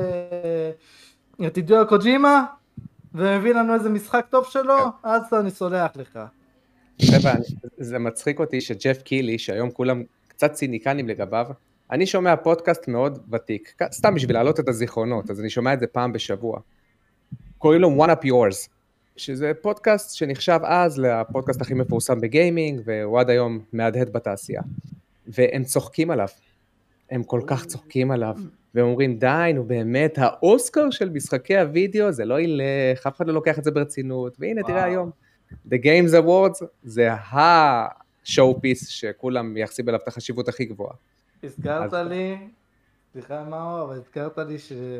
את הידאו קוג'ימה, ומביא לנו איזה משחק טוב שלו, אז אני סולח לך. חבר'ה, זה מצחיק אותי שג'ף קילי, שהיום כולם קצת ציניקנים לגביו, אני שומע פודקאסט מאוד ותיק, סתם בשביל להעלות את הזיכרונות, אז אני שומע את זה פעם בשבוע. קוראים לו One Up Yours, שזה פודקאסט שנחשב אז לפודקאסט הכי מפורסם בגיימינג, והוא עד היום מהדהד בתעשייה. והם צוחקים עליו, הם כל כך צוחקים עליו, והם אומרים, די, נו באמת, האוסקר של משחקי הוידאו, זה לא ילך, אף אחד לא לוקח את זה ברצינות, והנה תראה היום, The Games Awards זה השואו-פיס שכולם מייחסים אליו את החשיבות הכי גבוהה. הזכרת לי, סליחה מה, אבל הזכרת לי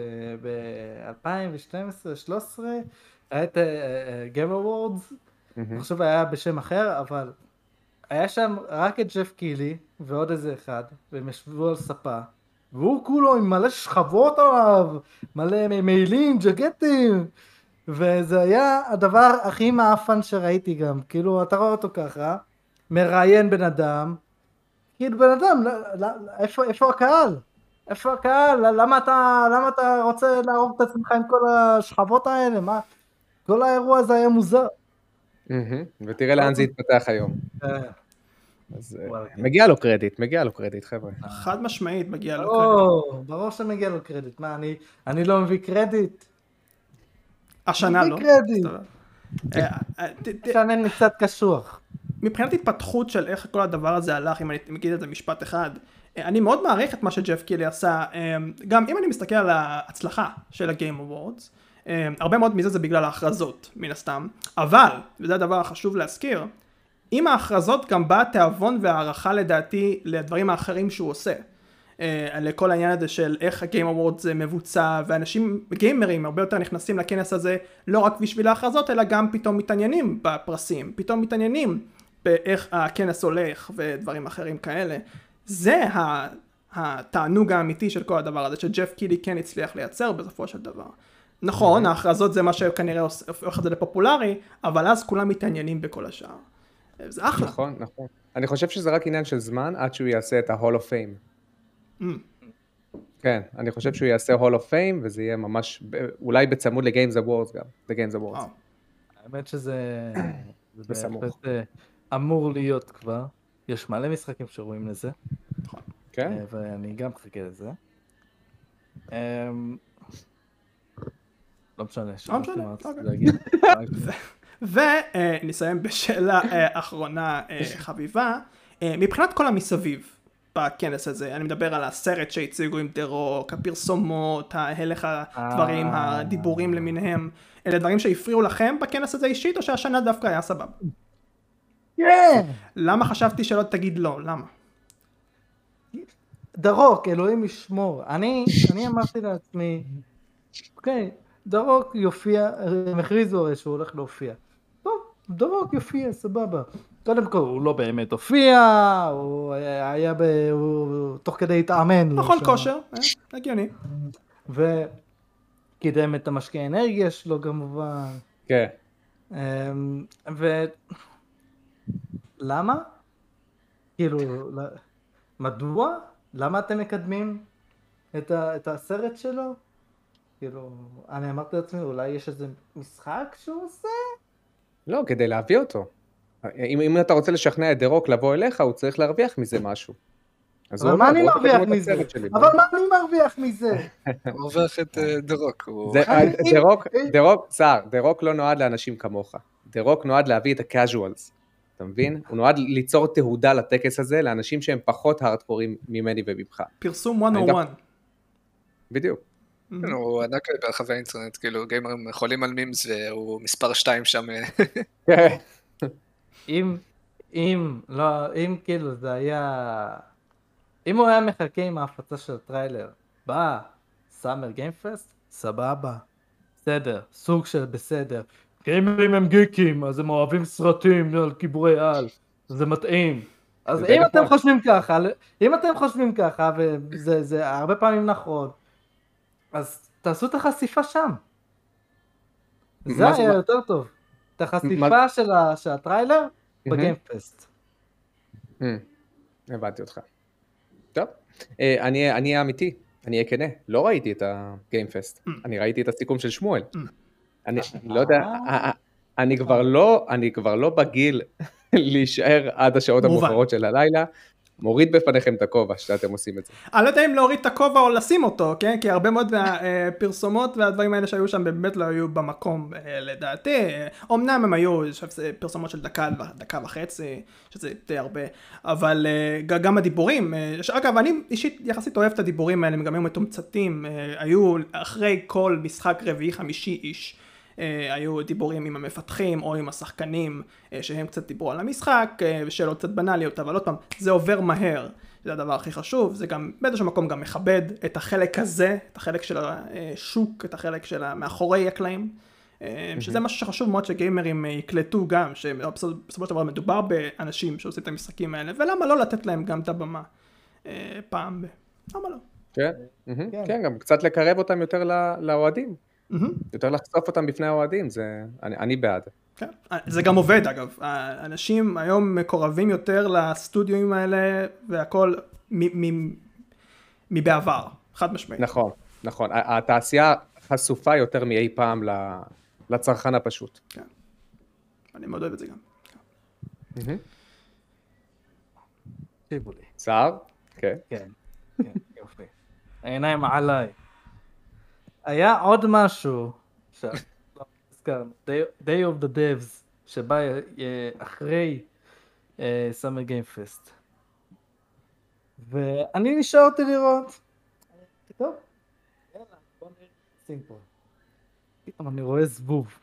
שב-2012-2013 היה את Game Awards, אני חושב היה בשם אחר, אבל היה שם רק את ג'ף קילי ועוד איזה אחד, והם ישבו על ספה, והוא כולו עם מלא שכבות עליו, מלא מעילים, ג'קטים, וזה היה הדבר הכי מאפן שראיתי גם, כאילו אתה רואה אותו ככה, מראיין בן אדם, כאילו בן אדם, איפה הקהל? איפה הקהל? למה אתה רוצה להרוג את עצמך עם כל השכבות האלה? מה? כל האירוע הזה היה מוזר. ותראה לאן זה התפתח היום. אז מגיע לו קרדיט, חבר'ה. חד משמעית מגיע לו קרדיט. ברור שמגיע לו קרדיט. מה, אני לא מביא קרדיט? השנה לא. השנה אני קצת קשוח. מבחינת התפתחות של איך כל הדבר הזה הלך, אם אני מגיד את זה משפט אחד, אני מאוד מעריך את מה שג'ף קילי עשה, גם אם אני מסתכל על ההצלחה של הגיים אוורדס, הרבה מאוד מזה זה בגלל ההכרזות, מן הסתם, אבל, וזה הדבר החשוב להזכיר, עם ההכרזות גם בא תיאבון והערכה לדעתי לדברים האחרים שהוא עושה, לכל העניין הזה של איך הגיים אוורדס מבוצע, ואנשים גיימרים הרבה יותר נכנסים לכנס הזה, לא רק בשביל ההכרזות, אלא גם פתאום מתעניינים בפרסים, פתאום מתעניינים באיך הכנס הולך ודברים אחרים כאלה. זה התענוג האמיתי של כל הדבר הזה, שג'ף קילי כן הצליח לייצר בסופו של דבר. נכון, ההכרזות זה מה שכנראה הופך את זה לפופולרי, אבל אז כולם מתעניינים בכל השאר. זה אחלה. נכון. אני חושב שזה רק עניין של זמן, עד שהוא יעשה את ה-Hall of Fame. כן, אני חושב שהוא יעשה Hall of Fame, וזה יהיה ממש, אולי בצמוד ל-Games Awards גם, The Games Awards. האמת שזה בסמוך. אמור להיות כבר, יש מלא משחקים שרואים לזה. כן. ואני גם מחכה לזה. לא משנה. ונסיים בשאלה אחרונה חביבה, מבחינת כל המסביב בכנס הזה, אני מדבר על הסרט שהציגו עם דרוק, הפרסומות, ההלך הדברים, הדיבורים למיניהם, אלה דברים שהפריעו לכם בכנס הזה אישית, או שהשנה דווקא היה סבב? כן! למה חשבתי שלא תגיד לא? למה? דרוק, אלוהים ישמור. אני אמרתי לעצמי, אוקיי, דרוק יופיע, הם הכריזו הרי שהוא הולך להופיע. טוב, דרוק יופיע, סבבה. קודם כל, הוא לא באמת הופיע, הוא היה תוך כדי התאמן. נכון, כושר, הגיוני. וקידם את המשקי האנרגיה שלו כמובן. כן. למה? כאילו, מדוע? למה אתם מקדמים את הסרט שלו? כאילו, אני אמרתי לעצמי, אולי יש איזה משחק שהוא עושה? לא, כדי להביא אותו. אם אתה רוצה לשכנע את דה-רוק לבוא אליך, הוא צריך להרוויח מזה משהו. אבל מה אני מרוויח מזה? אבל מה אני מרוויח מזה? הוא מרוויח את דה-רוק. דה-רוק לא נועד לאנשים כמוך. דה-רוק נועד להביא את ה-casuals. אתה מבין? הוא נועד ליצור תהודה לטקס הזה, לאנשים שהם פחות הארדקורים ממני וממך. פרסום 101. בדיוק. הוא ענק ברחבי האינטרנט, כאילו גיימרים חולים על מימס והוא מספר 2 שם. אם כאילו זה היה... אם הוא היה מחכה עם ההפצה של הטריילר, סאמר גיימפסט, סבבה. בסדר, סוג של בסדר. גיימרים הם גיקים, אז הם אוהבים סרטים על גיבורי על. זה מתאים. אז אם אתם חושבים ככה, וזה הרבה פעמים נכון, אז תעשו את החשיפה שם. זה היה יותר טוב. את החשיפה של הטריילר בגיימפסט. הבנתי אותך. טוב, אני אהיה אמיתי, אני אהיה כנה. לא ראיתי את הגיימפסט. אני ראיתי את הסיכום של שמואל. אני לא יודע, אני כבר לא בגיל להישאר עד השעות המאוחרות של הלילה. מוריד בפניכם את הכובע שאתם עושים את זה. אני לא יודע אם להוריד את הכובע או לשים אותו, כן? כי הרבה מאוד מהפרסומות והדברים האלה שהיו שם באמת לא היו במקום לדעתי. אמנם הם היו פרסומות של דקה וחצי, שזה די הרבה, אבל גם הדיבורים, אגב, אני אישית יחסית אוהב את הדיבורים האלה, הם גם היו מתומצתים, היו אחרי כל משחק רביעי 5 איש, היו דיבורים עם המפתחים או עם השחקנים שהם קצת דיברו על המשחק ושאלות קצת בנאליות, אבל עוד פעם, זה עובר מהר, זה הדבר הכי חשוב, זה גם באיזשהו מקום גם מכבד את החלק הזה, את החלק של השוק, את החלק של מאחורי הקלעים, שזה משהו שחשוב מאוד שגיימרים יקלטו גם, שבסופו של דבר מדובר באנשים שעושים את המשחקים האלה, ולמה לא לתת להם גם את הבמה פעם למה לא? כן, גם קצת לקרב אותם יותר לאוהדים. יותר לחשוף אותם בפני האוהדים, אני בעד. זה גם עובד אגב, האנשים היום מקורבים יותר לסטודיואים האלה והכל מבעבר, חד משמעית. נכון, התעשייה חשופה יותר מאי פעם לצרכן הפשוט. כן, אני מאוד אוהב את זה גם. תקשיבו לי. צער? כן. כן, יופי. העיניים עליי. היה עוד משהו, Day of the Devs, שבא אחרי Summer Game Fest. ואני נשארתי לראות. טוב, יאללה, בוא נשים פה. פתאום אני רואה זבוב.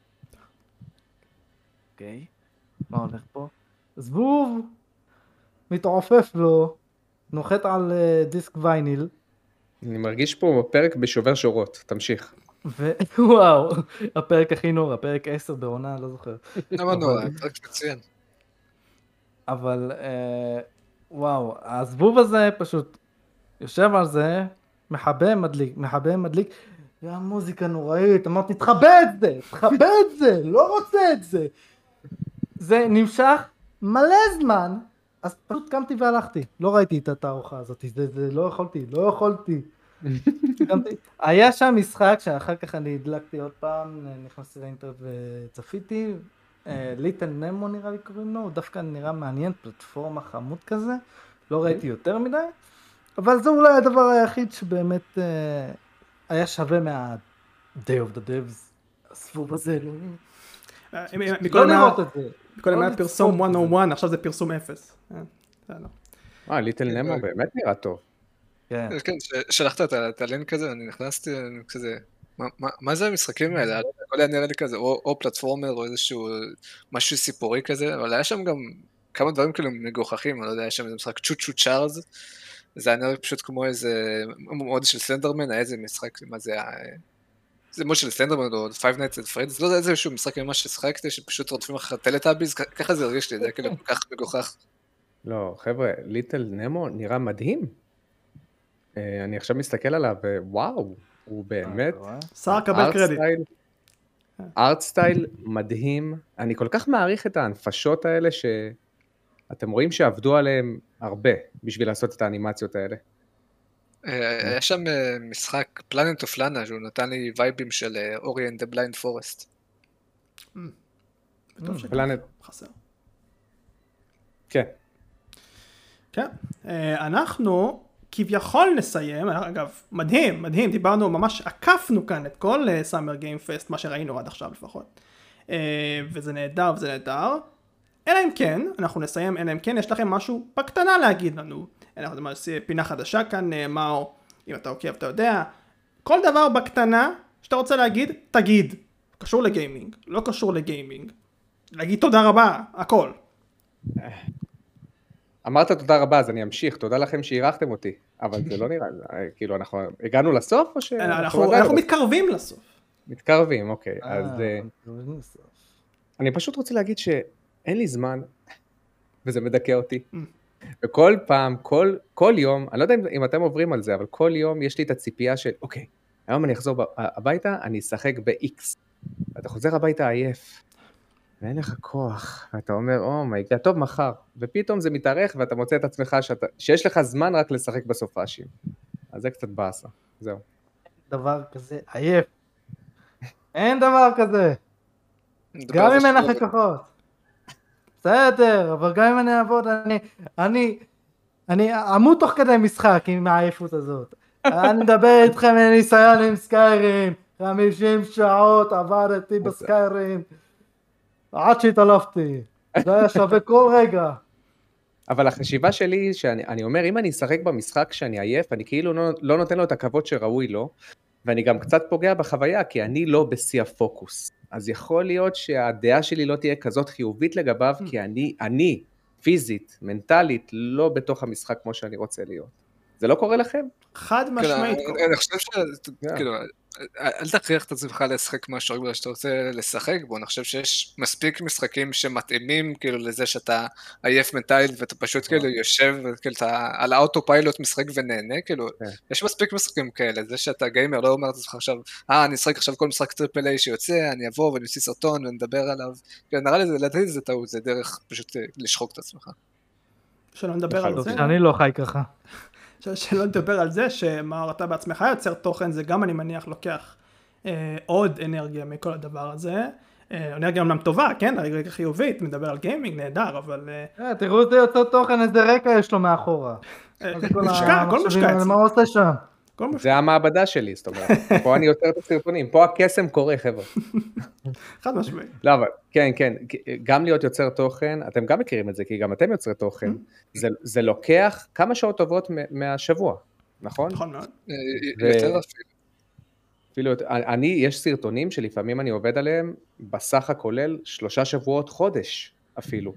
אוקיי, מה הולך פה? זבוב מתעופף לו, נוחת על דיסק וייניל. אני מרגיש פה פרק בשובר שורות, תמשיך. וואו, הפרק הכי נורא, פרק 10 בעונה, לא זוכר. למה נורא, פרק מצוין. אבל וואו, הזבוב הזה פשוט יושב על זה, מחבא מדליק, והמוזיקה נוראית, אמרתי, תחבא את זה, לא רוצה את זה. זה נמשך מלא זמן, אז פשוט קמתי והלכתי, לא ראיתי את התערוכה הזאת, זה לא יכולתי. היה שם משחק שאחר כך אני הדלקתי עוד פעם, נכנסתי לאינטרנט וצפיתי, ליטל נמו נראה לי קוראים לו, הוא דווקא נראה מעניין, פלטפורמה חמוד כזה, לא ראיתי יותר מדי, אבל זה אולי הדבר היחיד שבאמת היה שווה Day of the Devs, הסבוב הזה, לא לראות את זה. קודם היה פרסום 101, עכשיו זה פרסום 0. ליטל נמו באמת נראה טוב. כן, שלחת את הלינק הזה, אני נכנסתי כזה, מה זה המשחקים האלה? הכל היה נראה לי כזה, או פלטפורמר, או איזשהו משהו סיפורי כזה, אבל היה שם גם כמה דברים כאילו מגוחכים, אני לא יודע, היה שם איזה משחק צ'וצ'ו צ'ארז, זה היה נראה פשוט כמו איזה מוד של סלנדרמן, היה איזה משחק, מה זה היה? זה מוד של סלנדרמן או Five Nights at Freddy's, זה לא יודע איזשהו משחק ממש ששחקתי, שפשוט רודפים אחרי טלטאביז, ככה זה הרגיש לי, זה היה כאילו כל כך מגוחך. לא, חבר'ה, ליטל נמו נראה מדהים. אני עכשיו מסתכל עליו, ווואו, הוא באמת... שר קבל קרדיט. ארט סטייל מדהים. אני כל כך מעריך את ההנפשות האלה אתם רואים שעבדו עליהם הרבה בשביל לעשות את האנימציות האלה. היה שם משחק Planet of Lana, שהוא נתן לי וייבים של אורי and the Blind Forest. חסר. כן. כן. אנחנו כביכול נסיים, אגב, מדהים, דיברנו ממש, עקפנו כאן את כל סאמר גיים פסט, מה שראינו עד עכשיו לפחות. וזה נהדר, אלא אם כן, אנחנו נסיים, אלא אם כן יש לכם משהו בקטנה להגיד לנו. אנחנו נעשה פינה חדשה כאן, נאמר, אם אתה עוקב אתה יודע, כל דבר בקטנה שאתה רוצה להגיד, תגיד. קשור לגיימינג, לא קשור לגיימינג. להגיד תודה רבה, הכל. אמרת תודה רבה, אז אני אמשיך, תודה לכם שהירחתם אותי, אבל זה לא נראה, כאילו אנחנו הגענו לסוף או ש... אנחנו מתקרבים לסוף. מתקרבים, אוקיי, אז אני פשוט רוצה להגיד שאין לי זמן, וזה מדכא אותי, וכל פעם, כל יום, אני לא יודע אם אתם עוברים על זה, אבל כל יום יש לי את הציפייה של, אוקיי, היום אני אחזור הביתה, אני אשחק ב-X, ואתה חוזר הביתה עייף, ואין לך כוח, ואתה אומר, אומייגאד, טוב מחר, ופתאום זה מתארך, ואתה מוצא את עצמך שיש לך זמן רק לשחק בסופאשים. אז זה קצת באסה, זהו. דבר כזה עייף. אין דבר כזה. גם אם אין לך כוחות. בסדר, אבל גם אם אני אעבוד, אני אמות תוך כדי משחק עם העייפות הזאת. אני מדבר איתכם מניסיון עם סקיירים, 50 שעות עברתי בסקיירים. עד שהתעלפתי, זה היה שווה כל רגע. אבל החשיבה שלי, שאני אומר, אם אני אשחק במשחק שאני עייף, אני כאילו לא נותן לו את הכבוד שראוי לו, ואני גם קצת פוגע בחוויה, כי אני לא בשיא הפוקוס. אז יכול להיות שהדעה שלי לא תהיה כזאת חיובית לגביו, כי אני פיזית, מנטלית, לא בתוך המשחק כמו שאני רוצה להיות. זה לא קורה לכם? חד משמעית קורה. אני חושב כאילו, אל תכריח את עצמך לשחק משהו רגע שאתה רוצה לשחק בו, אני חושב שיש מספיק משחקים שמתאימים כאילו לזה שאתה עייף מנטלית ואתה פשוט כאילו יושב על האוטו פיילוט משחק ונהנה, כאילו יש מספיק משחקים כאלה, זה שאתה גיימר לא אומר את עצמך עכשיו, אני אשחק עכשיו כל משחק טריפל איי שיוצא, אני אבוא ואני אוציא סרטון ונדבר עליו, נראה לי לדעתי זה טעות, זה דרך פשוט לשחוק את עצמך. שלא נדבר על זה. אני לא חי ככה. שלא נדבר על זה שמה אתה בעצמך יוצר תוכן, זה גם אני מניח לוקח עוד אנרגיה מכל הדבר הזה. אנרגיה אמנם טובה, כן, אנרגיה חיובית, מדבר על גיימינג, נהדר, אבל... תראו את זה יוצר תוכן, איזה רקע יש לו מאחורה. מושקע, כל מושקע אצלי. מה הוא עושה שם? זה המעבדה שלי, זאת אומרת. פה אני יוצר את הסרטונים, פה הקסם קורה, חבר'ה. חד משמעי. לא, אבל, כן, גם להיות יוצר תוכן, אתם גם מכירים את זה, כי גם אתם יוצרי תוכן, זה לוקח כמה שעות טובות מהשבוע, נכון? נכון מאוד. יותר אפילו, יש סרטונים שלפעמים אני עובד עליהם, בסך הכולל 3 שבועות, חודש אפילו,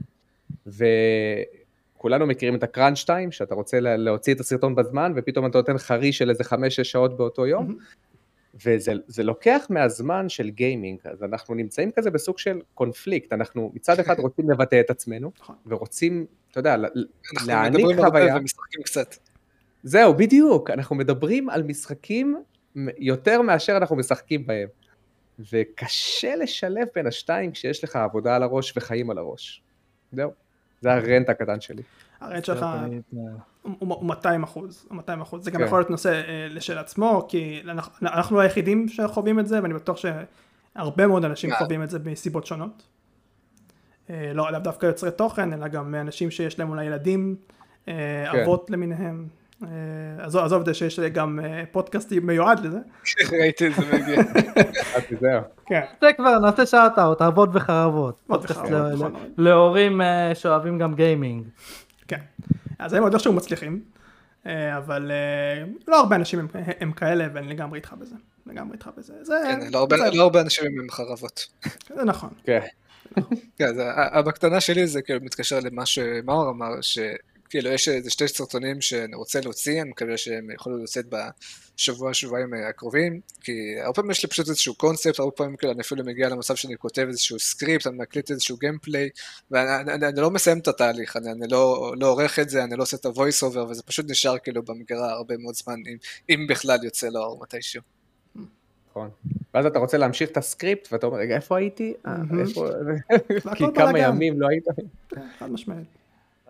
כולנו מכירים את הקראנץ' טיים, שאתה רוצה להוציא את הסרטון בזמן, ופתאום אתה נותן חריש של איזה 5-6 שעות באותו יום, וזה לוקח מהזמן של גיימינג, אז אנחנו נמצאים כזה בסוג של קונפליקט, אנחנו מצד אחד רוצים לבטא את עצמנו, ורוצים, אתה יודע, להעניק חוויה. אנחנו מדברים הרבה ומשחקים קצת. זהו, בדיוק, אנחנו מדברים על משחקים יותר מאשר אנחנו משחקים בהם, וקשה לשלב בין השתיים כשיש לך עבודה על הראש וחיים על הראש. זהו. זה הרנט הקטן שלי. הרנט שלך הוא 200%. זה גם יכול להיות נושא לשל עצמו, כי אנחנו היחידים שחווים את זה, ואני בטוח שהרבה מאוד אנשים חווים את זה מסיבות שונות. לא דווקא יוצרי תוכן, אלא גם אנשים שיש להם אולי ילדים, אבות למיניהם. עזוב את זה שיש גם פודקאסטים מיועד לזה. ראיתי את זה מגיע. זה כבר, נעשה שאט-אאוט, אבות וחרבות. להורים שאוהבים גם גיימינג. כן, אז אני יודע שהוא מצליחים, אבל לא הרבה אנשים הם כאלה, ואני לגמרי איתך בזה. כן, לא הרבה אנשים הם חרבות. זה נכון. כן. הבקטנה שלי זה כאילו מתקשר למה שמאור אמר, כאילו יש איזה 2 סרטונים שאני רוצה להוציא, אני מקווה שהם יכולו לצאת בשבוע-שבועיים הקרובים, כי הרבה פעמים יש לי פשוט איזשהו קונספט, הרבה פעמים כאילו אני אפילו מגיע למצב שאני כותב איזשהו סקריפט, אני מקליט איזשהו גיימפליי, ואני לא מסיים את התהליך, אני לא עורך את זה, אני לא עושה את ה-voice over, וזה פשוט נשאר כאילו במגרה הרבה מאוד זמן, אם בכלל יוצא לאור מתישהו. נכון. ואז אתה רוצה להמשיך את הסקריפט, ואתה אומר, רגע, איפה הייתי? כי כמה ימים לא היית? חד משמעית.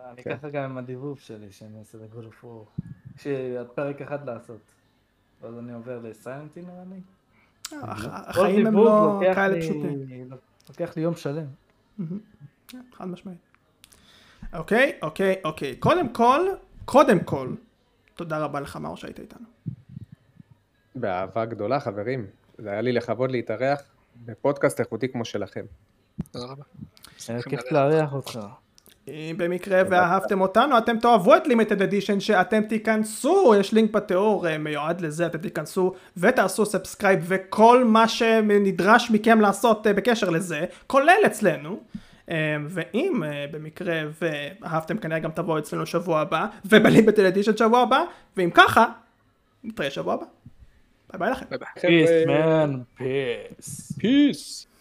אני ככה גם עם הדיבוב שלי, שאני אעשה את God of War. יש לי עוד פרק אחד לעשות. אז אני עובר לסיילנט נראה לי. החיים הם לא כאלה פשוטים. לוקח לי יום שלם. חד משמעית. אוקיי. קודם כל, תודה רבה לך מאור שהיית איתנו. באהבה גדולה, חברים. זה היה לי לכבוד להתארח בפודקאסט איכותי כמו שלכם. תודה רבה. היה כיף להריח אותך. אם במקרה ואהבתם אותנו, אתם תאהבו את לימיטד אדישן שאתם תיכנסו, יש לינק בתיאור מיועד לזה, אתם תיכנסו ותעשו סאבסקרייב וכל מה שנדרש מכם לעשות בקשר לזה, כולל אצלנו. ואם במקרה ואהבתם כנראה גם תבואו אצלנו שבוע הבא, ובלימיטד אדישן שבוע הבא, ואם ככה, נתראה שבוע הבא. ביי ביי לכם. Peace man, peace.